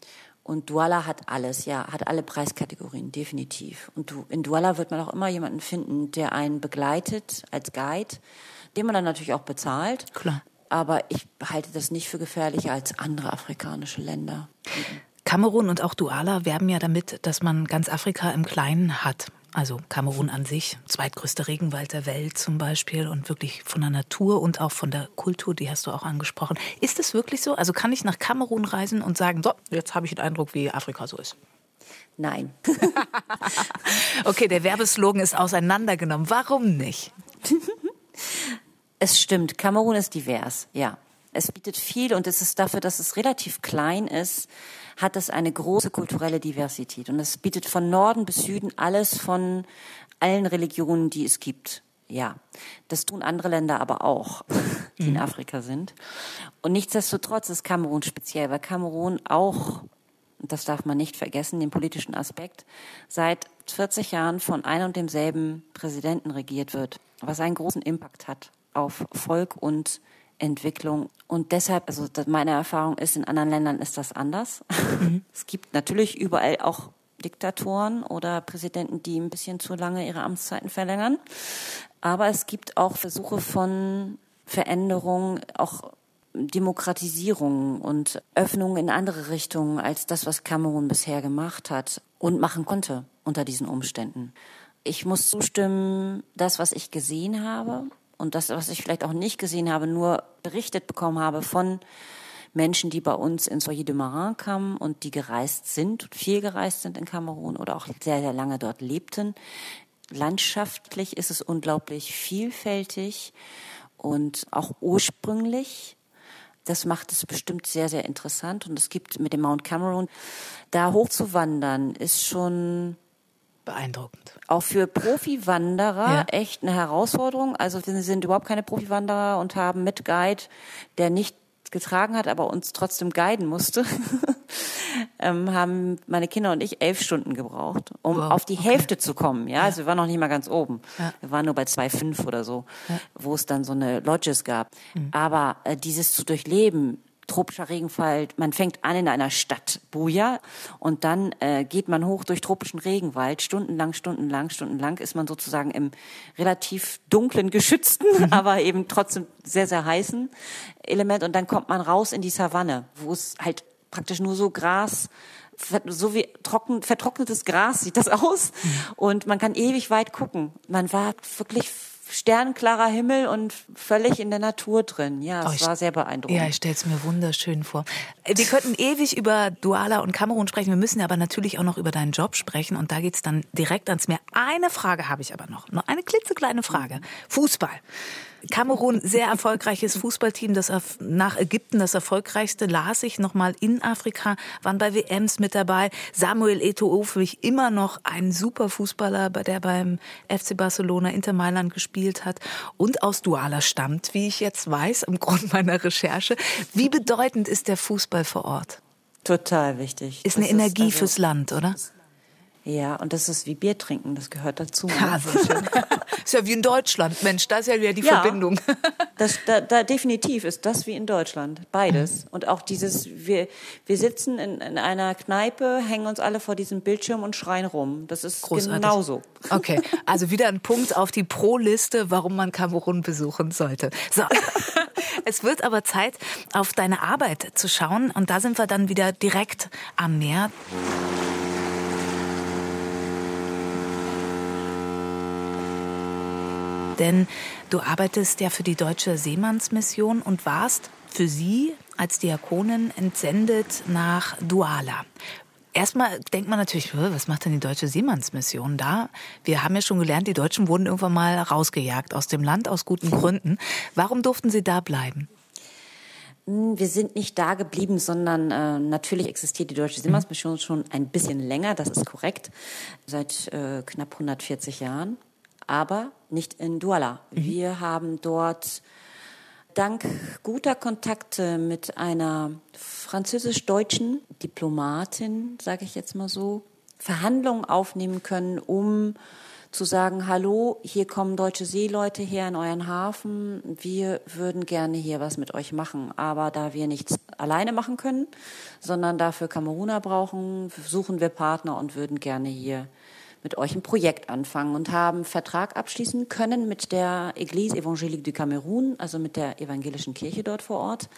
Und Douala hat alles, ja, hat alle Preiskategorien, definitiv. Und du, in Douala wird man auch immer jemanden finden, der einen begleitet als Guide, den man dann natürlich auch bezahlt. Klar. Aber ich halte das nicht für gefährlicher als andere afrikanische Länder. Kamerun und auch Douala werben ja damit, dass man ganz Afrika im Kleinen hat. Also Kamerun an sich, zweitgrößter Regenwald der Welt zum Beispiel und wirklich von der Natur und auch von der Kultur, die hast du auch angesprochen. Ist es wirklich so? Also kann ich nach Kamerun reisen und sagen, so, jetzt habe ich den Eindruck, wie Afrika so ist? Nein. Okay, der Werbeslogan ist auseinandergenommen. Warum nicht? Es stimmt, Kamerun ist divers, ja. Es bietet viel und es ist dafür, dass es relativ klein ist, hat es eine große kulturelle Diversität. Und es bietet von Norden bis Süden alles von allen Religionen, die es gibt. Ja, das tun andere Länder aber auch, die mhm. in Afrika sind. Und nichtsdestotrotz ist Kamerun speziell, weil Kamerun auch, und das darf man nicht vergessen, den politischen Aspekt, seit vierzig Jahren von einem und demselben Präsidenten regiert wird, was einen großen Impact hat auf Volk und Entwicklung. Und deshalb, also meine Erfahrung ist, in anderen Ländern ist das anders. Mhm. Es gibt natürlich überall auch Diktatoren oder Präsidenten, die ein bisschen zu lange ihre Amtszeiten verlängern. Aber es gibt auch Versuche von Veränderung, auch Demokratisierung und Öffnung in andere Richtungen als das, was Kamerun bisher gemacht hat und machen konnte unter diesen Umständen. Ich muss zustimmen, das, was ich gesehen habe und das, was ich vielleicht auch nicht gesehen habe, nur berichtet bekommen habe von Menschen, die bei uns ins Foyer de Marin kamen und die gereist sind, viel gereist sind in Kamerun oder auch sehr, sehr lange dort lebten. Landschaftlich ist es unglaublich vielfältig und auch ursprünglich. Das macht es bestimmt sehr, sehr interessant. Und es gibt mit dem Mount Cameron, da hochzuwandern, ist schon beeindruckend. Auch für Profi-Wanderer ja. echt eine Herausforderung. Also wir sind überhaupt keine Profi-Wanderer und haben mit Guide, der nicht getragen hat, aber uns trotzdem guiden musste, ähm, haben meine Kinder und ich elf Stunden gebraucht, um wow. auf die okay. Hälfte zu kommen. Ja, ja. also wir waren noch nicht mal ganz oben. Ja. Wir waren nur bei zwei Komma fünf oder so, ja. wo es dann so eine Lodges gab. Mhm. Aber äh, dieses zu durchleben, tropischer Regenwald, man fängt an in einer Stadt, Buja, und dann äh, geht man hoch durch tropischen Regenwald, stundenlang, stundenlang, stundenlang ist man sozusagen im relativ dunklen, geschützten, mhm. aber eben trotzdem sehr, sehr heißen Element, und dann kommt man raus in die Savanne, wo es halt praktisch nur so Gras, so wie trocken, vertrocknetes Gras sieht das aus, mhm. und man kann ewig weit gucken. Man war wirklich sternklarer Himmel und völlig in der Natur drin. Ja, es oh, war sehr beeindruckend. Ja, ich stelle es mir wunderschön vor. Wir könnten ewig über Douala und Kamerun sprechen. Wir müssen aber natürlich auch noch über deinen Job sprechen. Und da geht's dann direkt ans Meer. Eine Frage habe ich aber noch. Noch eine klitzekleine Frage. Fußball. Kamerun, sehr erfolgreiches Fußballteam, das nach Ägypten das erfolgreichste, las ich, nochmal in Afrika, waren bei W Ms mit dabei. Samuel Eto'o, für mich immer noch ein super Fußballer, der beim F C Barcelona, Inter Mailand gespielt hat und aus Douala stammt, wie ich jetzt weiß, im Grund meiner Recherche. Wie bedeutend ist der Fußball vor Ort? Total wichtig. Ist eine das Energie ist also fürs Land, oder? Ja, und das ist wie Bier trinken, das gehört dazu. Ja, sehr schön. Ist ja wie in Deutschland, Mensch, da ist ja wieder die ja, Verbindung. Das, da, da definitiv ist das wie in Deutschland, beides. Mhm. Und auch dieses, wir, wir sitzen in, in einer Kneipe, hängen uns alle vor diesem Bildschirm und schreien rum. Das ist großartig. Genauso. Okay, also wieder ein Punkt auf die Pro-Liste, warum man Kamerun besuchen sollte. So. Es wird aber Zeit, auf deine Arbeit zu schauen. Und da sind wir dann wieder direkt am Meer. Denn du arbeitest ja für die Deutsche Seemannsmission und warst für sie als Diakonin entsendet nach Douala. Erstmal denkt man natürlich, was macht denn die Deutsche Seemannsmission da? Wir haben ja schon gelernt, die Deutschen wurden irgendwann mal rausgejagt aus dem Land, aus guten Gründen. Warum durften sie da bleiben? Wir sind nicht da geblieben, sondern äh, natürlich existiert die Deutsche Seemannsmission schon ein bisschen länger, das ist korrekt, seit äh, knapp hundertvierzig Jahren. Aber nicht in Douala. Mhm. Wir haben dort dank guter Kontakte mit einer französisch-deutschen Diplomatin, sage ich jetzt mal so, Verhandlungen aufnehmen können, um zu sagen, hallo, hier kommen deutsche Seeleute her in euren Hafen, wir würden gerne hier was mit euch machen. Aber da wir nichts alleine machen können, sondern dafür Kameruner brauchen, suchen wir Partner und würden gerne hier mit euch ein Projekt anfangen und haben Vertrag abschließen können mit der Église Évangélique du Cameroun, also mit der evangelischen Kirche dort vor Ort.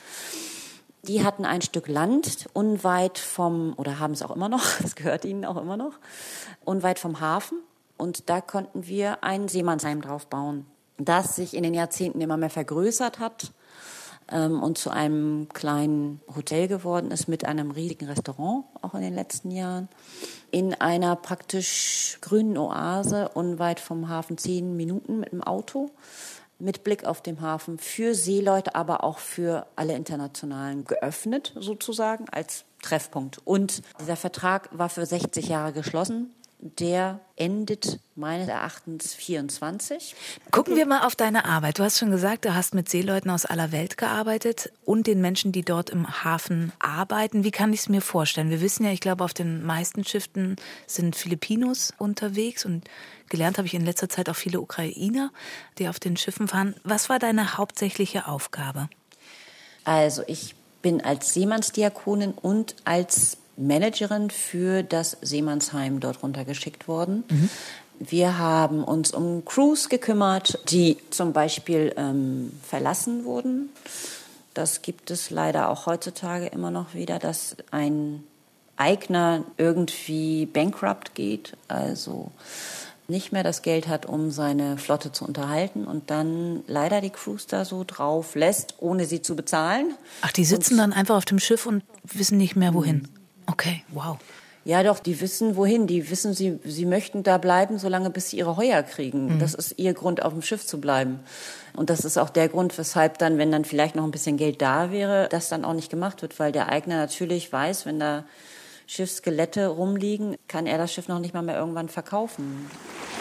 Die hatten ein Stück Land unweit vom, oder haben es auch immer noch, das gehört ihnen auch immer noch, unweit vom Hafen. Und da konnten wir ein Seemannsheim drauf bauen, das sich in den Jahrzehnten immer mehr vergrößert hat ähm, und zu einem kleinen Hotel geworden ist mit einem riesigen Restaurant, auch in den letzten Jahren. In einer praktisch grünen Oase unweit vom Hafen, zehn Minuten mit dem Auto, mit Blick auf den Hafen, für Seeleute, aber auch für alle Internationalen geöffnet sozusagen als Treffpunkt. Und dieser Vertrag war für sechzig Jahre geschlossen. Der endet meines Erachtens vierundzwanzig. Gucken wir mal auf deine Arbeit. Du hast schon gesagt, du hast mit Seeleuten aus aller Welt gearbeitet und den Menschen, die dort im Hafen arbeiten. Wie kann ich es mir vorstellen? Wir wissen ja, ich glaube, auf den meisten Schiffen sind Filipinos unterwegs und gelernt habe ich in letzter Zeit auch viele Ukrainer, die auf den Schiffen fahren. Was war deine hauptsächliche Aufgabe? Also ich bin als Seemannsdiakonin und als Managerin für das Seemannsheim dort runtergeschickt worden. Mhm. Wir haben uns um Crews gekümmert, die zum Beispiel ähm, verlassen wurden. Das gibt es leider auch heutzutage immer noch wieder, dass ein Eigner irgendwie bankrupt geht, also nicht mehr das Geld hat, um seine Flotte zu unterhalten und dann leider die Crews da so drauf lässt, ohne sie zu bezahlen. Ach, die sitzen und dann einfach auf dem Schiff und wissen nicht mehr, wohin? Okay, wow. Ja doch, die wissen wohin. Die wissen, sie, sie möchten da bleiben, solange bis sie ihre Heuer kriegen. Mhm. Das ist ihr Grund, auf dem Schiff zu bleiben. Und das ist auch der Grund, weshalb dann, wenn dann vielleicht noch ein bisschen Geld da wäre, das dann auch nicht gemacht wird. Weil der Eigner natürlich weiß, wenn da Schiffsskelette rumliegen, kann er das Schiff noch nicht mal mehr irgendwann verkaufen.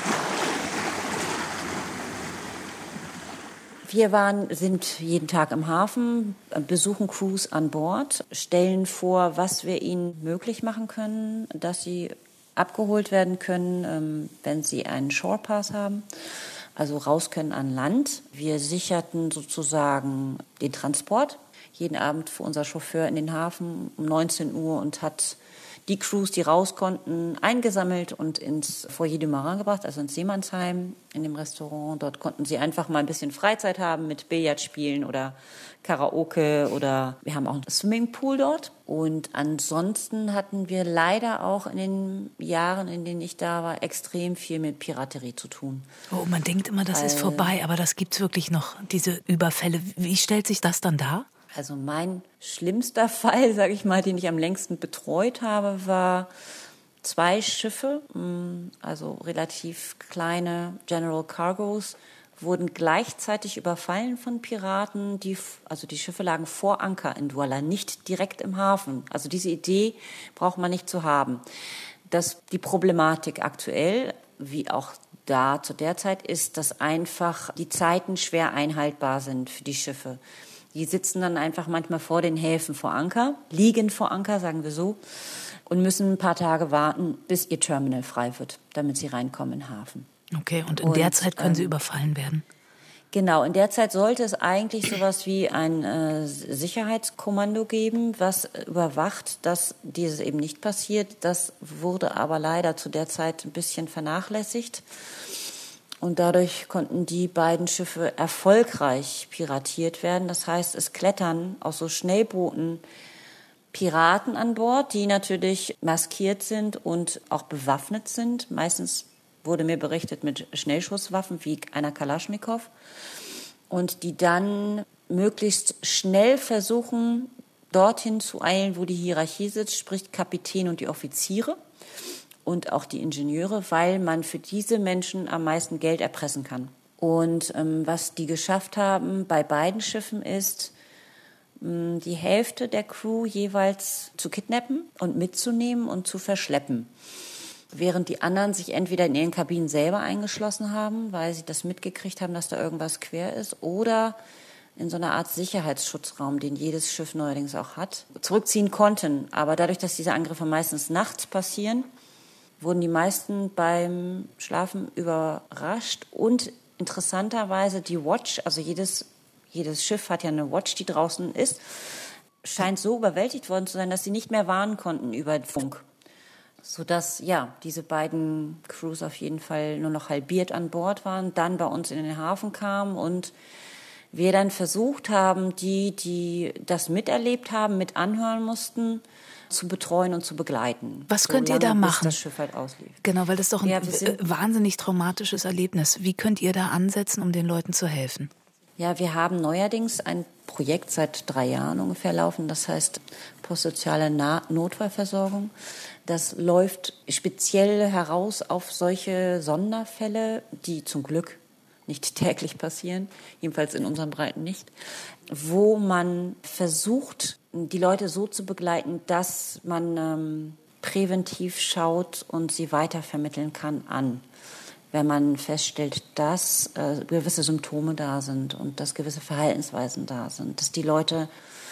Wir waren, sind jeden Tag im Hafen, besuchen Crews an Bord, stellen vor, was wir ihnen möglich machen können, dass sie abgeholt werden können, wenn sie einen Shore Pass haben, also raus können an Land. Wir sicherten sozusagen den Transport. Jeden Abend fuhr unser Chauffeur in den Hafen um neunzehn Uhr und hat die Crews, die raus konnten, eingesammelt und ins Foyer du Marin gebracht, also ins Seemannsheim, in dem Restaurant. Dort konnten sie einfach mal ein bisschen Freizeit haben mit Billard spielen oder Karaoke oder wir haben auch einen Swimmingpool dort. Und ansonsten hatten wir leider auch in den Jahren, in denen ich da war, extrem viel mit Piraterie zu tun. Oh, man denkt immer, das Weil, ist vorbei, aber das gibt's wirklich noch, diese Überfälle. Wie stellt sich das dann dar? Also mein schlimmster Fall, sage ich mal, den ich am längsten betreut habe, war zwei Schiffe, also relativ kleine General Cargos, wurden gleichzeitig überfallen von Piraten. Die, also die Schiffe lagen vor Anker in Douala, nicht direkt im Hafen. Also diese Idee braucht man nicht zu haben. Das, die Problematik aktuell, wie auch da zu der Zeit, ist, dass einfach die Zeiten schwer einhaltbar sind für die Schiffe. Die sitzen dann einfach manchmal vor den Häfen vor Anker, liegen vor Anker, sagen wir so, und müssen ein paar Tage warten, bis ihr Terminal frei wird, damit sie reinkommen in den Hafen. Okay, und in und, der Zeit können ähm, sie überfallen werden? Genau, in der Zeit sollte es eigentlich sowas wie ein äh, Sicherheitskommando geben, was überwacht, dass dieses eben nicht passiert. Das wurde aber leider zu der Zeit ein bisschen vernachlässigt. Und dadurch konnten die beiden Schiffe erfolgreich piratiert werden. Das heißt, es klettern aus so Schnellbooten Piraten an Bord, die natürlich maskiert sind und auch bewaffnet sind. Meistens wurde mir berichtet mit Schnellschusswaffen wie einer Kalaschnikow. Und die dann möglichst schnell versuchen, dorthin zu eilen, wo die Hierarchie sitzt, sprich Kapitän und die Offiziere. Und auch die Ingenieure, weil man für diese Menschen am meisten Geld erpressen kann. Und ähm, was die geschafft haben bei beiden Schiffen ist, ähm, die Hälfte der Crew jeweils zu kidnappen und mitzunehmen und zu verschleppen. Während die anderen sich entweder in ihren Kabinen selber eingeschlossen haben, weil sie das mitgekriegt haben, dass da irgendwas quer ist, oder in so einer Art Sicherheitsschutzraum, den jedes Schiff neuerdings auch hat, zurückziehen konnten. Aber dadurch, dass diese Angriffe meistens nachts passieren, wurden die meisten beim Schlafen überrascht und interessanterweise die Watch, also jedes, jedes Schiff hat ja eine Watch, die draußen ist, scheint so überwältigt worden zu sein, dass sie nicht mehr warnen konnten über Funk. Sodass, ja, diese beiden Crews auf jeden Fall nur noch halbiert an Bord waren, dann bei uns in den Hafen kamen und wir dann versucht haben, die, die das miterlebt haben, mit anhören mussten, zu betreuen und zu begleiten. Was könnt ihr da machen? Bis das Schiff halt auslief. Genau, weil das ist doch ein ja, wahnsinnig traumatisches Erlebnis. Wie könnt ihr da ansetzen, um den Leuten zu helfen? Ja, wir haben neuerdings ein Projekt seit drei Jahren ungefähr laufen, das heißt postsoziale Notfallversorgung. Das läuft speziell heraus auf solche Sonderfälle, die zum Glück nicht täglich passieren, jedenfalls in unseren Breiten nicht, wo man versucht, die Leute so zu begleiten, dass man ähm, präventiv schaut und sie weitervermitteln kann an. Wenn man feststellt, dass äh, gewisse Symptome da sind und dass gewisse Verhaltensweisen da sind, dass die Leute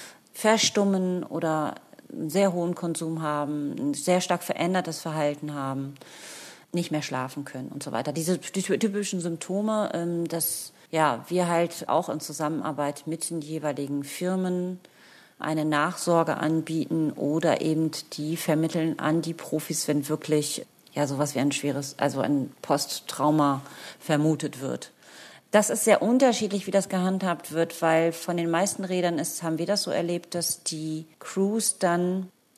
verstummen oder einen sehr hohen Konsum haben, ein sehr stark verändertes Verhalten haben, nicht mehr schlafen können und so weiter. Diese typischen Symptome, ähm, dass ja, wir halt auch in Zusammenarbeit mit den jeweiligen Firmen eine Nachsorge anbieten oder eben die vermitteln an die Profis, wenn wirklich ja sowas wie ein schweres, also ein Posttrauma vermutet wird. Das ist sehr unterschiedlich, wie das gehandhabt wird, weil von den meisten Rädern ist, haben wir das so erlebt, dass die Crews dann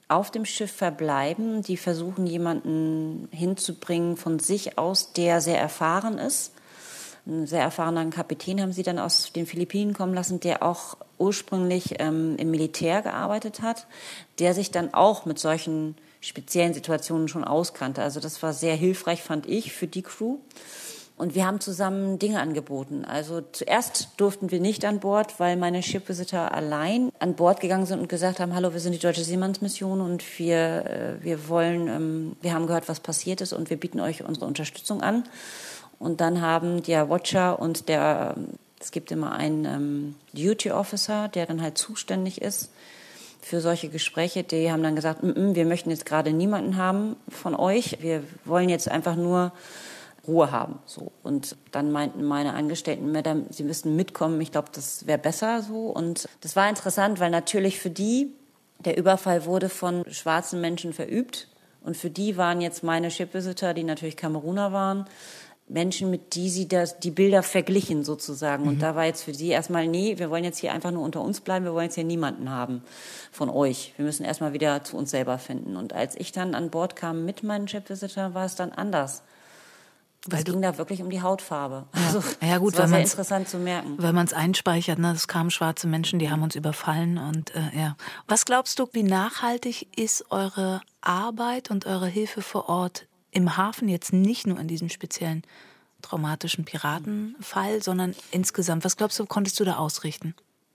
auf dem Schiff verbleiben. Die versuchen, jemanden hinzubringen von sich aus, der sehr erfahren ist. Einen sehr erfahrenen Kapitän haben sie dann aus den Philippinen kommen lassen, der auch ursprünglich ähm, im Militär gearbeitet hat, der sich dann auch mit solchen speziellen Situationen schon auskannte. Also das war sehr hilfreich, fand ich, für die Crew. Und wir haben zusammen Dinge angeboten. Also zuerst durften wir nicht an Bord, weil meine Shipvisitor allein an Bord gegangen sind und gesagt haben, hallo, wir sind die Deutsche Seemannsmission und wir, wir wollen, wir haben gehört, was passiert ist und wir bieten euch unsere Unterstützung an. Und dann haben der Watcher und der, es gibt immer einen ähm, Duty Officer, der dann halt zuständig ist für solche Gespräche, die haben dann gesagt, M-m, wir möchten jetzt gerade niemanden haben von euch, wir wollen jetzt einfach nur Ruhe haben. So. Und dann meinten meine Angestellten, Madame, sie müssten mitkommen, ich glaube, das wäre besser so. Und das war interessant, weil natürlich für die, der Überfall wurde von schwarzen Menschen verübt und für die waren jetzt meine Shipvisitor, die natürlich Kameruner waren, Menschen, mit die sie das, die Bilder verglichen sozusagen. Mhm. Und da war jetzt für sie erstmal, nee, wir wollen jetzt hier einfach nur unter uns bleiben, wir wollen jetzt hier niemanden haben von euch. Wir müssen erstmal wieder zu uns selber finden. Und als ich dann an Bord kam mit meinen Shipvisitor, war es dann anders. Es ging da wirklich um die Hautfarbe. Ja, also, ja gut, das war weil sehr man's, interessant zu merken. Weil man es einspeichert, ne? Es kamen schwarze Menschen, die haben uns überfallen und äh, ja. Was glaubst du, wie nachhaltig ist eure Arbeit und eure Hilfe vor Ort im Hafen, jetzt nicht nur in diesem speziellen traumatischen Piratenfall, sondern insgesamt? Was glaubst du, konntest du da ausrichten?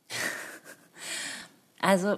Also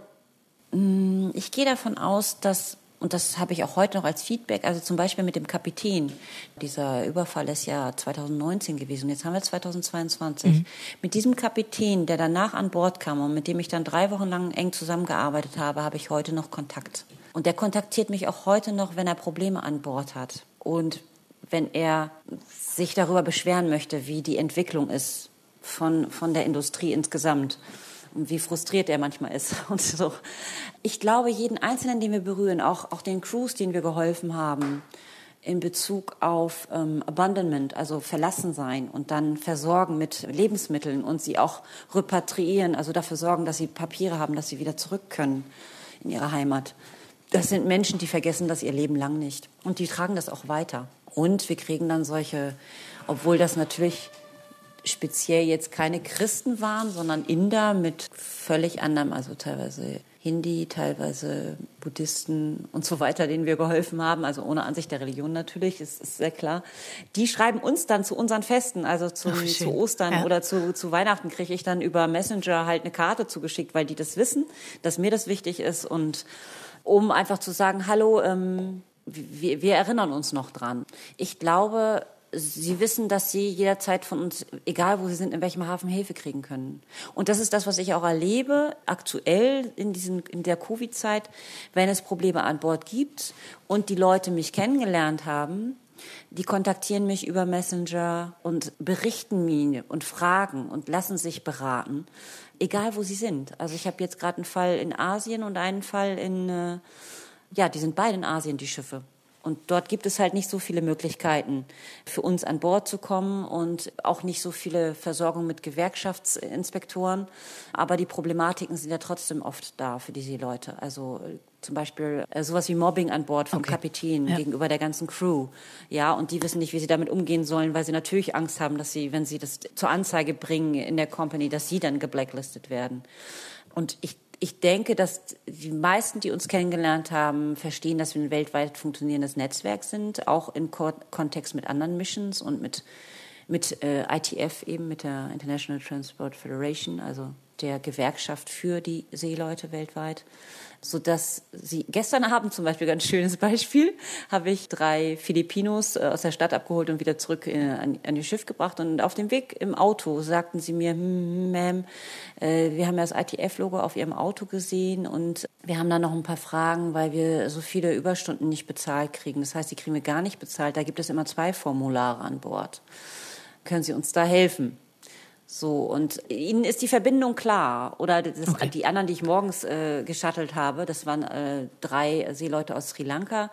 ich gehe davon aus, dass, und das habe ich auch heute noch als Feedback, also zum Beispiel mit dem Kapitän, dieser Überfall ist ja zwanzig neunzehn gewesen, jetzt haben wir zwanzig zweiundzwanzig. Mhm. Mit diesem Kapitän, der danach an Bord kam und mit dem ich dann drei Wochen lang eng zusammengearbeitet habe, habe ich heute noch Kontakt. Und der kontaktiert mich auch heute noch, wenn er Probleme an Bord hat. Und wenn er sich darüber beschweren möchte, wie die Entwicklung ist von, von der Industrie insgesamt und wie frustriert er manchmal ist und so. Ich glaube, jeden Einzelnen, den wir berühren, auch, auch den Crews, denen wir geholfen haben, in Bezug auf ähm, Abandonment, also verlassen sein und dann versorgen mit Lebensmitteln und sie auch repatriieren, also dafür sorgen, dass sie Papiere haben, dass sie wieder zurück können in ihre Heimat. Das sind Menschen, die vergessen das ihr Leben lang nicht. Und die tragen das auch weiter. Und wir kriegen dann solche, obwohl das natürlich speziell jetzt keine Christen waren, sondern Inder mit völlig anderem, also teilweise Hindi, teilweise Buddhisten und so weiter, denen wir geholfen haben, also ohne Ansicht der Religion natürlich, ist, ist sehr klar. Die schreiben uns dann zu unseren Festen, also zum, Ach, zu Ostern ja. oder zu, zu Weihnachten kriege ich dann über Messenger halt eine Karte zugeschickt, weil die das wissen, dass mir das wichtig ist und um einfach zu sagen, hallo, ähm, wir, wir erinnern uns noch dran. Ich glaube, sie wissen, dass sie jederzeit von uns, egal wo sie sind, in welchem Hafen Hilfe kriegen können. Und das ist das, was ich auch erlebe, aktuell in, diesen, in der Covid-Zeit, wenn es Probleme an Bord gibt und die Leute mich kennengelernt haben, die kontaktieren mich über Messenger und berichten mir und fragen und lassen sich beraten, egal wo sie sind. Also ich habe jetzt gerade einen Fall in Asien und einen Fall in, äh, ja, die sind beide in Asien, die Schiffe. Und dort gibt es halt nicht so viele Möglichkeiten, für uns an Bord zu kommen und auch nicht so viele Versorgung mit Gewerkschaftsinspektoren. Aber die Problematiken sind ja trotzdem oft da für die Seeleute. Also zum Beispiel äh, sowas wie Mobbing an Bord vom okay. Kapitän ja. gegenüber der ganzen Crew. Ja, und die wissen nicht, wie sie damit umgehen sollen, weil sie natürlich Angst haben, dass sie, wenn sie das zur Anzeige bringen in der Company, dass sie dann geblacklistet werden. Und ich Ich denke, dass die meisten, die uns kennengelernt haben, verstehen, dass wir ein weltweit funktionierendes Netzwerk sind, auch im Ko- Kontext mit anderen Missions und mit, mit äh, I T F eben, mit der International Transport Federation, also der Gewerkschaft für die Seeleute weltweit, sodass sie, gestern Abend zum Beispiel, ganz schönes Beispiel, habe ich drei Filipinos aus der Stadt abgeholt und wieder zurück in, an, an ihr Schiff gebracht. Und auf dem Weg im Auto sagten sie mir, hm, Ma'am, äh, wir haben ja das I T F-Logo auf ihrem Auto gesehen und wir haben da noch ein paar Fragen, weil wir so viele Überstunden nicht bezahlt kriegen. Das heißt, die kriegen wir gar nicht bezahlt. Da gibt es immer zwei Formulare an Bord. Können Sie uns da helfen? So, und ihnen ist die Verbindung klar. Oder das, okay. die anderen, die ich morgens äh, geschattelt habe, das waren äh, drei Seeleute aus Sri Lanka,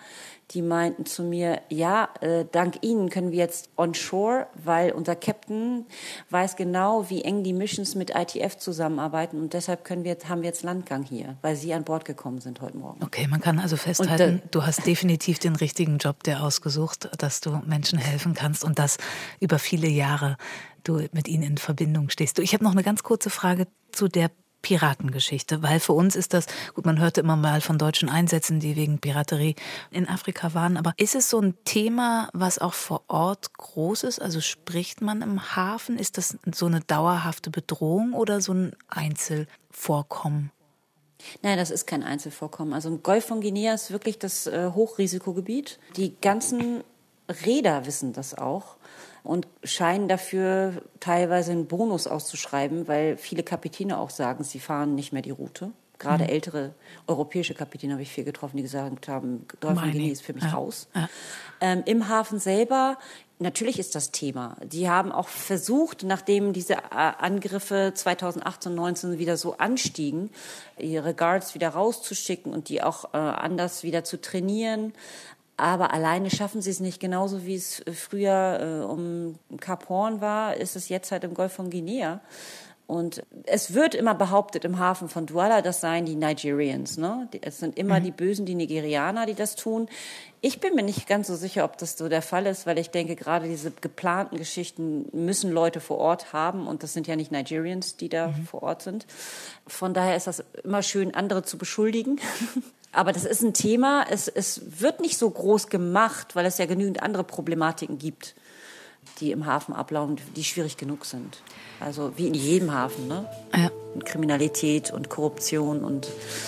die meinten zu mir, ja, äh, dank Ihnen können wir jetzt onshore, weil unser Captain weiß genau, wie eng die Missions mit I T F zusammenarbeiten und deshalb können wir, haben wir jetzt Landgang hier, weil Sie an Bord gekommen sind heute Morgen. Okay, man kann also festhalten, und, äh, du hast definitiv den richtigen Job dir ausgesucht, dass du Menschen helfen kannst und das über viele Jahre du mit ihnen in Verbindung stehst. Du, ich habe noch eine ganz kurze Frage zu der Piratengeschichte, weil für uns ist das, gut, man hörte immer mal von deutschen Einsätzen, die wegen Piraterie in Afrika waren, aber ist es so ein Thema, was auch vor Ort groß ist? Also spricht man im Hafen? Ist das so eine dauerhafte Bedrohung oder so ein Einzelvorkommen? Nein, das ist kein Einzelvorkommen. Also im Golf von Guinea ist wirklich das äh, Hochrisikogebiet. Die ganzen Reeder wissen das auch und scheinen dafür teilweise einen Bonus auszuschreiben, weil viele Kapitäne auch sagen, sie fahren nicht mehr die Route. Gerade mhm. ältere europäische Kapitäne habe ich viel getroffen, die gesagt haben, Golf von Guinea ist für mich ja. raus. Ja. Ähm, im Hafen selber, natürlich ist das Thema. Die haben auch versucht, nachdem diese Angriffe zweitausendachtzehn, neunzehn wieder so anstiegen, ihre Guards wieder rauszuschicken und die auch äh, anders wieder zu trainieren. Aber alleine schaffen sie es nicht. Genauso wie es früher äh, um Kap Horn war, ist es jetzt halt im Golf von Guinea. Und es wird immer behauptet im Hafen von Douala, das seien die Nigerians. Ne? Es sind immer mhm. die Bösen, die Nigerianer, die das tun. Ich bin mir nicht ganz so sicher, ob das so der Fall ist, weil ich denke, gerade diese geplanten Geschichten müssen Leute vor Ort haben. Und das sind ja nicht Nigerians, die da mhm. vor Ort sind. Von daher ist das immer schön, andere zu beschuldigen. Aber das ist ein Thema, es, es wird nicht so groß gemacht, weil es ja genügend andere Problematiken gibt, die im Hafen ablaufen, die schwierig genug sind. Also wie in jedem Hafen, ne? Ja. Kriminalität und Korruption und,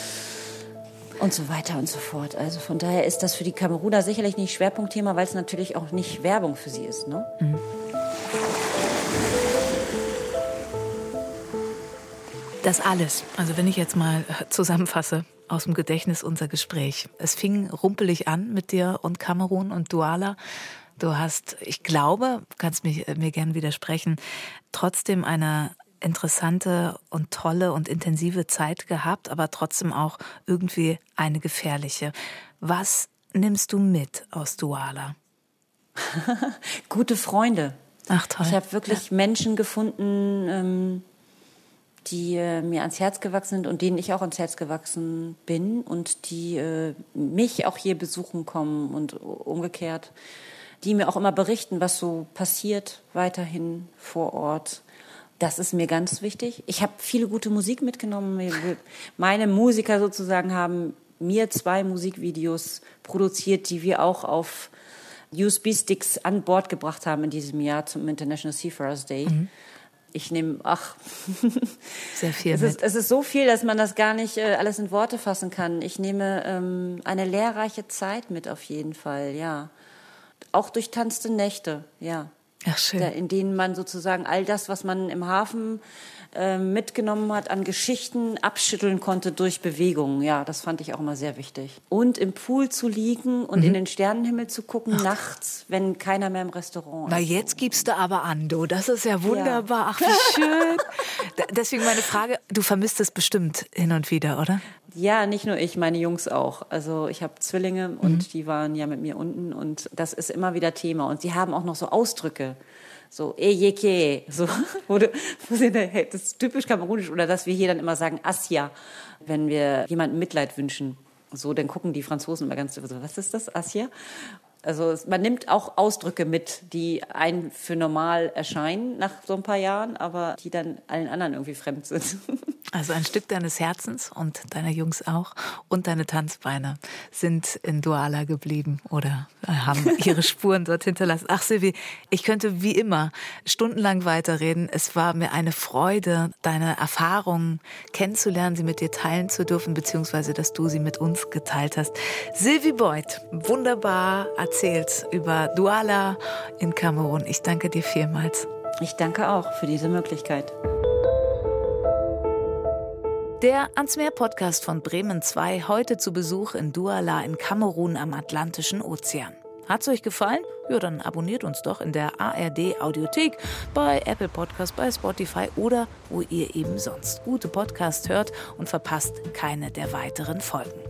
und so weiter und so fort. Also von daher ist das für die Kameruner sicherlich nicht Schwerpunktthema, weil es natürlich auch nicht Werbung für sie ist, ne? Mhm. Das alles, also wenn ich jetzt mal zusammenfasse, aus dem Gedächtnis unser Gespräch. Es fing rumpelig an mit dir und Kamerun und Douala. Du hast, ich glaube, kannst mich, mir gern widersprechen, trotzdem eine interessante und tolle und intensive Zeit gehabt, aber trotzdem auch irgendwie eine gefährliche. Was nimmst du mit aus Douala? Gute Freunde. Ach toll. Ich habe wirklich ja. Menschen gefunden, ähm, die äh, mir ans Herz gewachsen sind und denen ich auch ans Herz gewachsen bin und die äh, mich auch hier besuchen kommen und umgekehrt, die mir auch immer berichten, was so passiert weiterhin vor Ort. Das ist mir ganz wichtig. Ich habe viele gute Musik mitgenommen. Meine Musiker sozusagen haben mir zwei Musikvideos produziert, die wir auch auf U S B-Sticks an Bord gebracht haben in diesem Jahr zum International Seafarers Day. Mhm. Ich nehme, ach, sehr viel es ist, es ist so viel, dass man das gar nicht äh, alles in Worte fassen kann. Ich nehme ähm, eine lehrreiche Zeit mit auf jeden Fall, ja. Auch durchtanzte Nächte, ja. Ach, schön. Da, in denen man sozusagen all das, was man im Hafen äh, mitgenommen hat, an Geschichten abschütteln konnte durch Bewegungen. Ja, das fand ich auch immer sehr wichtig. Und im Pool zu liegen und mhm. in den Sternenhimmel zu gucken, Ach. nachts, wenn keiner mehr im Restaurant Na, ist. Na, jetzt gibst du aber an, du. Das ist ja wunderbar. Ja. Ach, wie schön. Deswegen meine Frage, du vermisst es bestimmt hin und wieder, oder? Ja, nicht nur ich, meine Jungs auch. Also ich habe Zwillinge mhm. und die waren ja mit mir unten und das ist immer wieder Thema. Und sie haben auch noch so Ausdrücke, so ejeke, so, wo, du, wo sie, das ist typisch kamerunisch, oder dass wir hier dann immer sagen Asja, wenn wir jemandem Mitleid wünschen. So, dann gucken die Franzosen immer ganz so, was ist das, Asja? Also man nimmt auch Ausdrücke mit, die einen für normal erscheinen nach so ein paar Jahren, aber die dann allen anderen irgendwie fremd sind. Also ein Stück deines Herzens und deiner Jungs auch und deine Tanzbeine sind in Douala geblieben oder haben ihre Spuren dort hinterlassen. Ach Sylvie, ich könnte wie immer stundenlang weiterreden. Es war mir eine Freude, deine Erfahrungen kennenzulernen, sie mit dir teilen zu dürfen, beziehungsweise dass du sie mit uns geteilt hast. Sylvie Boyd, wunderbar erzählt über Douala in Kamerun. Ich danke dir vielmals. Ich danke auch für diese Möglichkeit. Der Ans Meer Podcast von Bremen zwei, heute zu Besuch in Douala in Kamerun am Atlantischen Ozean. Hat's euch gefallen? Ja, dann abonniert uns doch in der A R D Audiothek, bei Apple Podcast, bei Spotify oder wo ihr eben sonst gute Podcasts hört und verpasst keine der weiteren Folgen.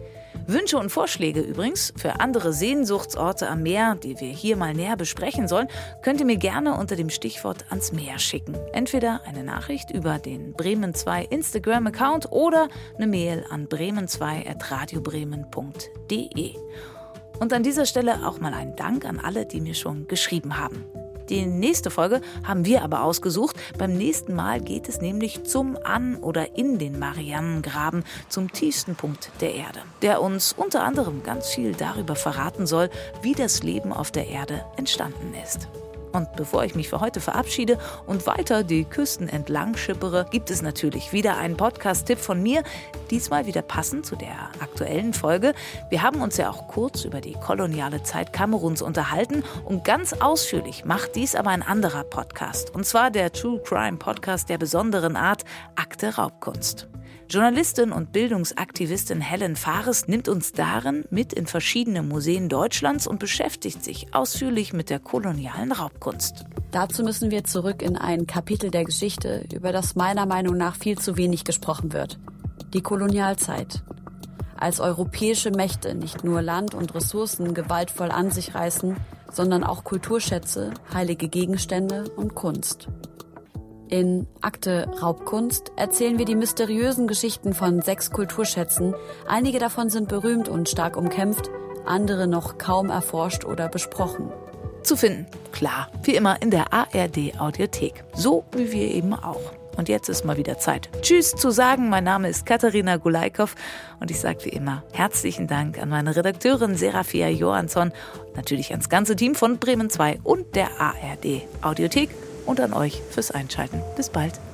Wünsche und Vorschläge übrigens für andere Sehnsuchtsorte am Meer, die wir hier mal näher besprechen sollen, könnt ihr mir gerne unter dem Stichwort ans Meer schicken. Entweder eine Nachricht über den Bremen zwei Instagram-Account oder eine Mail an bremen zwei at radiobremen punkt de. Und an dieser Stelle auch mal einen Dank an alle, die mir schon geschrieben haben. Die nächste Folge haben wir aber ausgesucht. Beim nächsten Mal geht es nämlich zum An- oder in den Marianengraben, zum tiefsten Punkt der Erde, der uns unter anderem ganz viel darüber verraten soll, wie das Leben auf der Erde entstanden ist. Und bevor ich mich für heute verabschiede und weiter die Küsten entlang schippere, gibt es natürlich wieder einen Podcast-Tipp von mir, diesmal wieder passend zu der aktuellen Folge. Wir haben uns ja auch kurz über die koloniale Zeit Kameruns unterhalten und ganz ausführlich macht dies aber ein anderer Podcast, und zwar der True Crime Podcast der besonderen Art Akte Raubkunst. Journalistin und Bildungsaktivistin Helen Fares nimmt uns darin mit in verschiedene Museen Deutschlands und beschäftigt sich ausführlich mit der kolonialen Raubkunst. Dazu müssen wir zurück in ein Kapitel der Geschichte, über das meiner Meinung nach viel zu wenig gesprochen wird. Die Kolonialzeit. Als europäische Mächte nicht nur Land und Ressourcen gewaltvoll an sich reißen, sondern auch Kulturschätze, heilige Gegenstände und Kunst. In Akte Raubkunst erzählen wir die mysteriösen Geschichten von sechs Kulturschätzen. Einige davon sind berühmt und stark umkämpft, andere noch kaum erforscht oder besprochen. Zu finden, klar, wie immer in der A R D Audiothek. So wie wir eben auch. Und jetzt ist mal wieder Zeit, Tschüss zu sagen. Mein Name ist Katharina Gulaikow und ich sage wie immer herzlichen Dank an meine Redakteurin Serafia Johansson, natürlich ans ganze Team von Bremen zwei und der A R D Audiothek und an euch fürs Einschalten. Bis bald.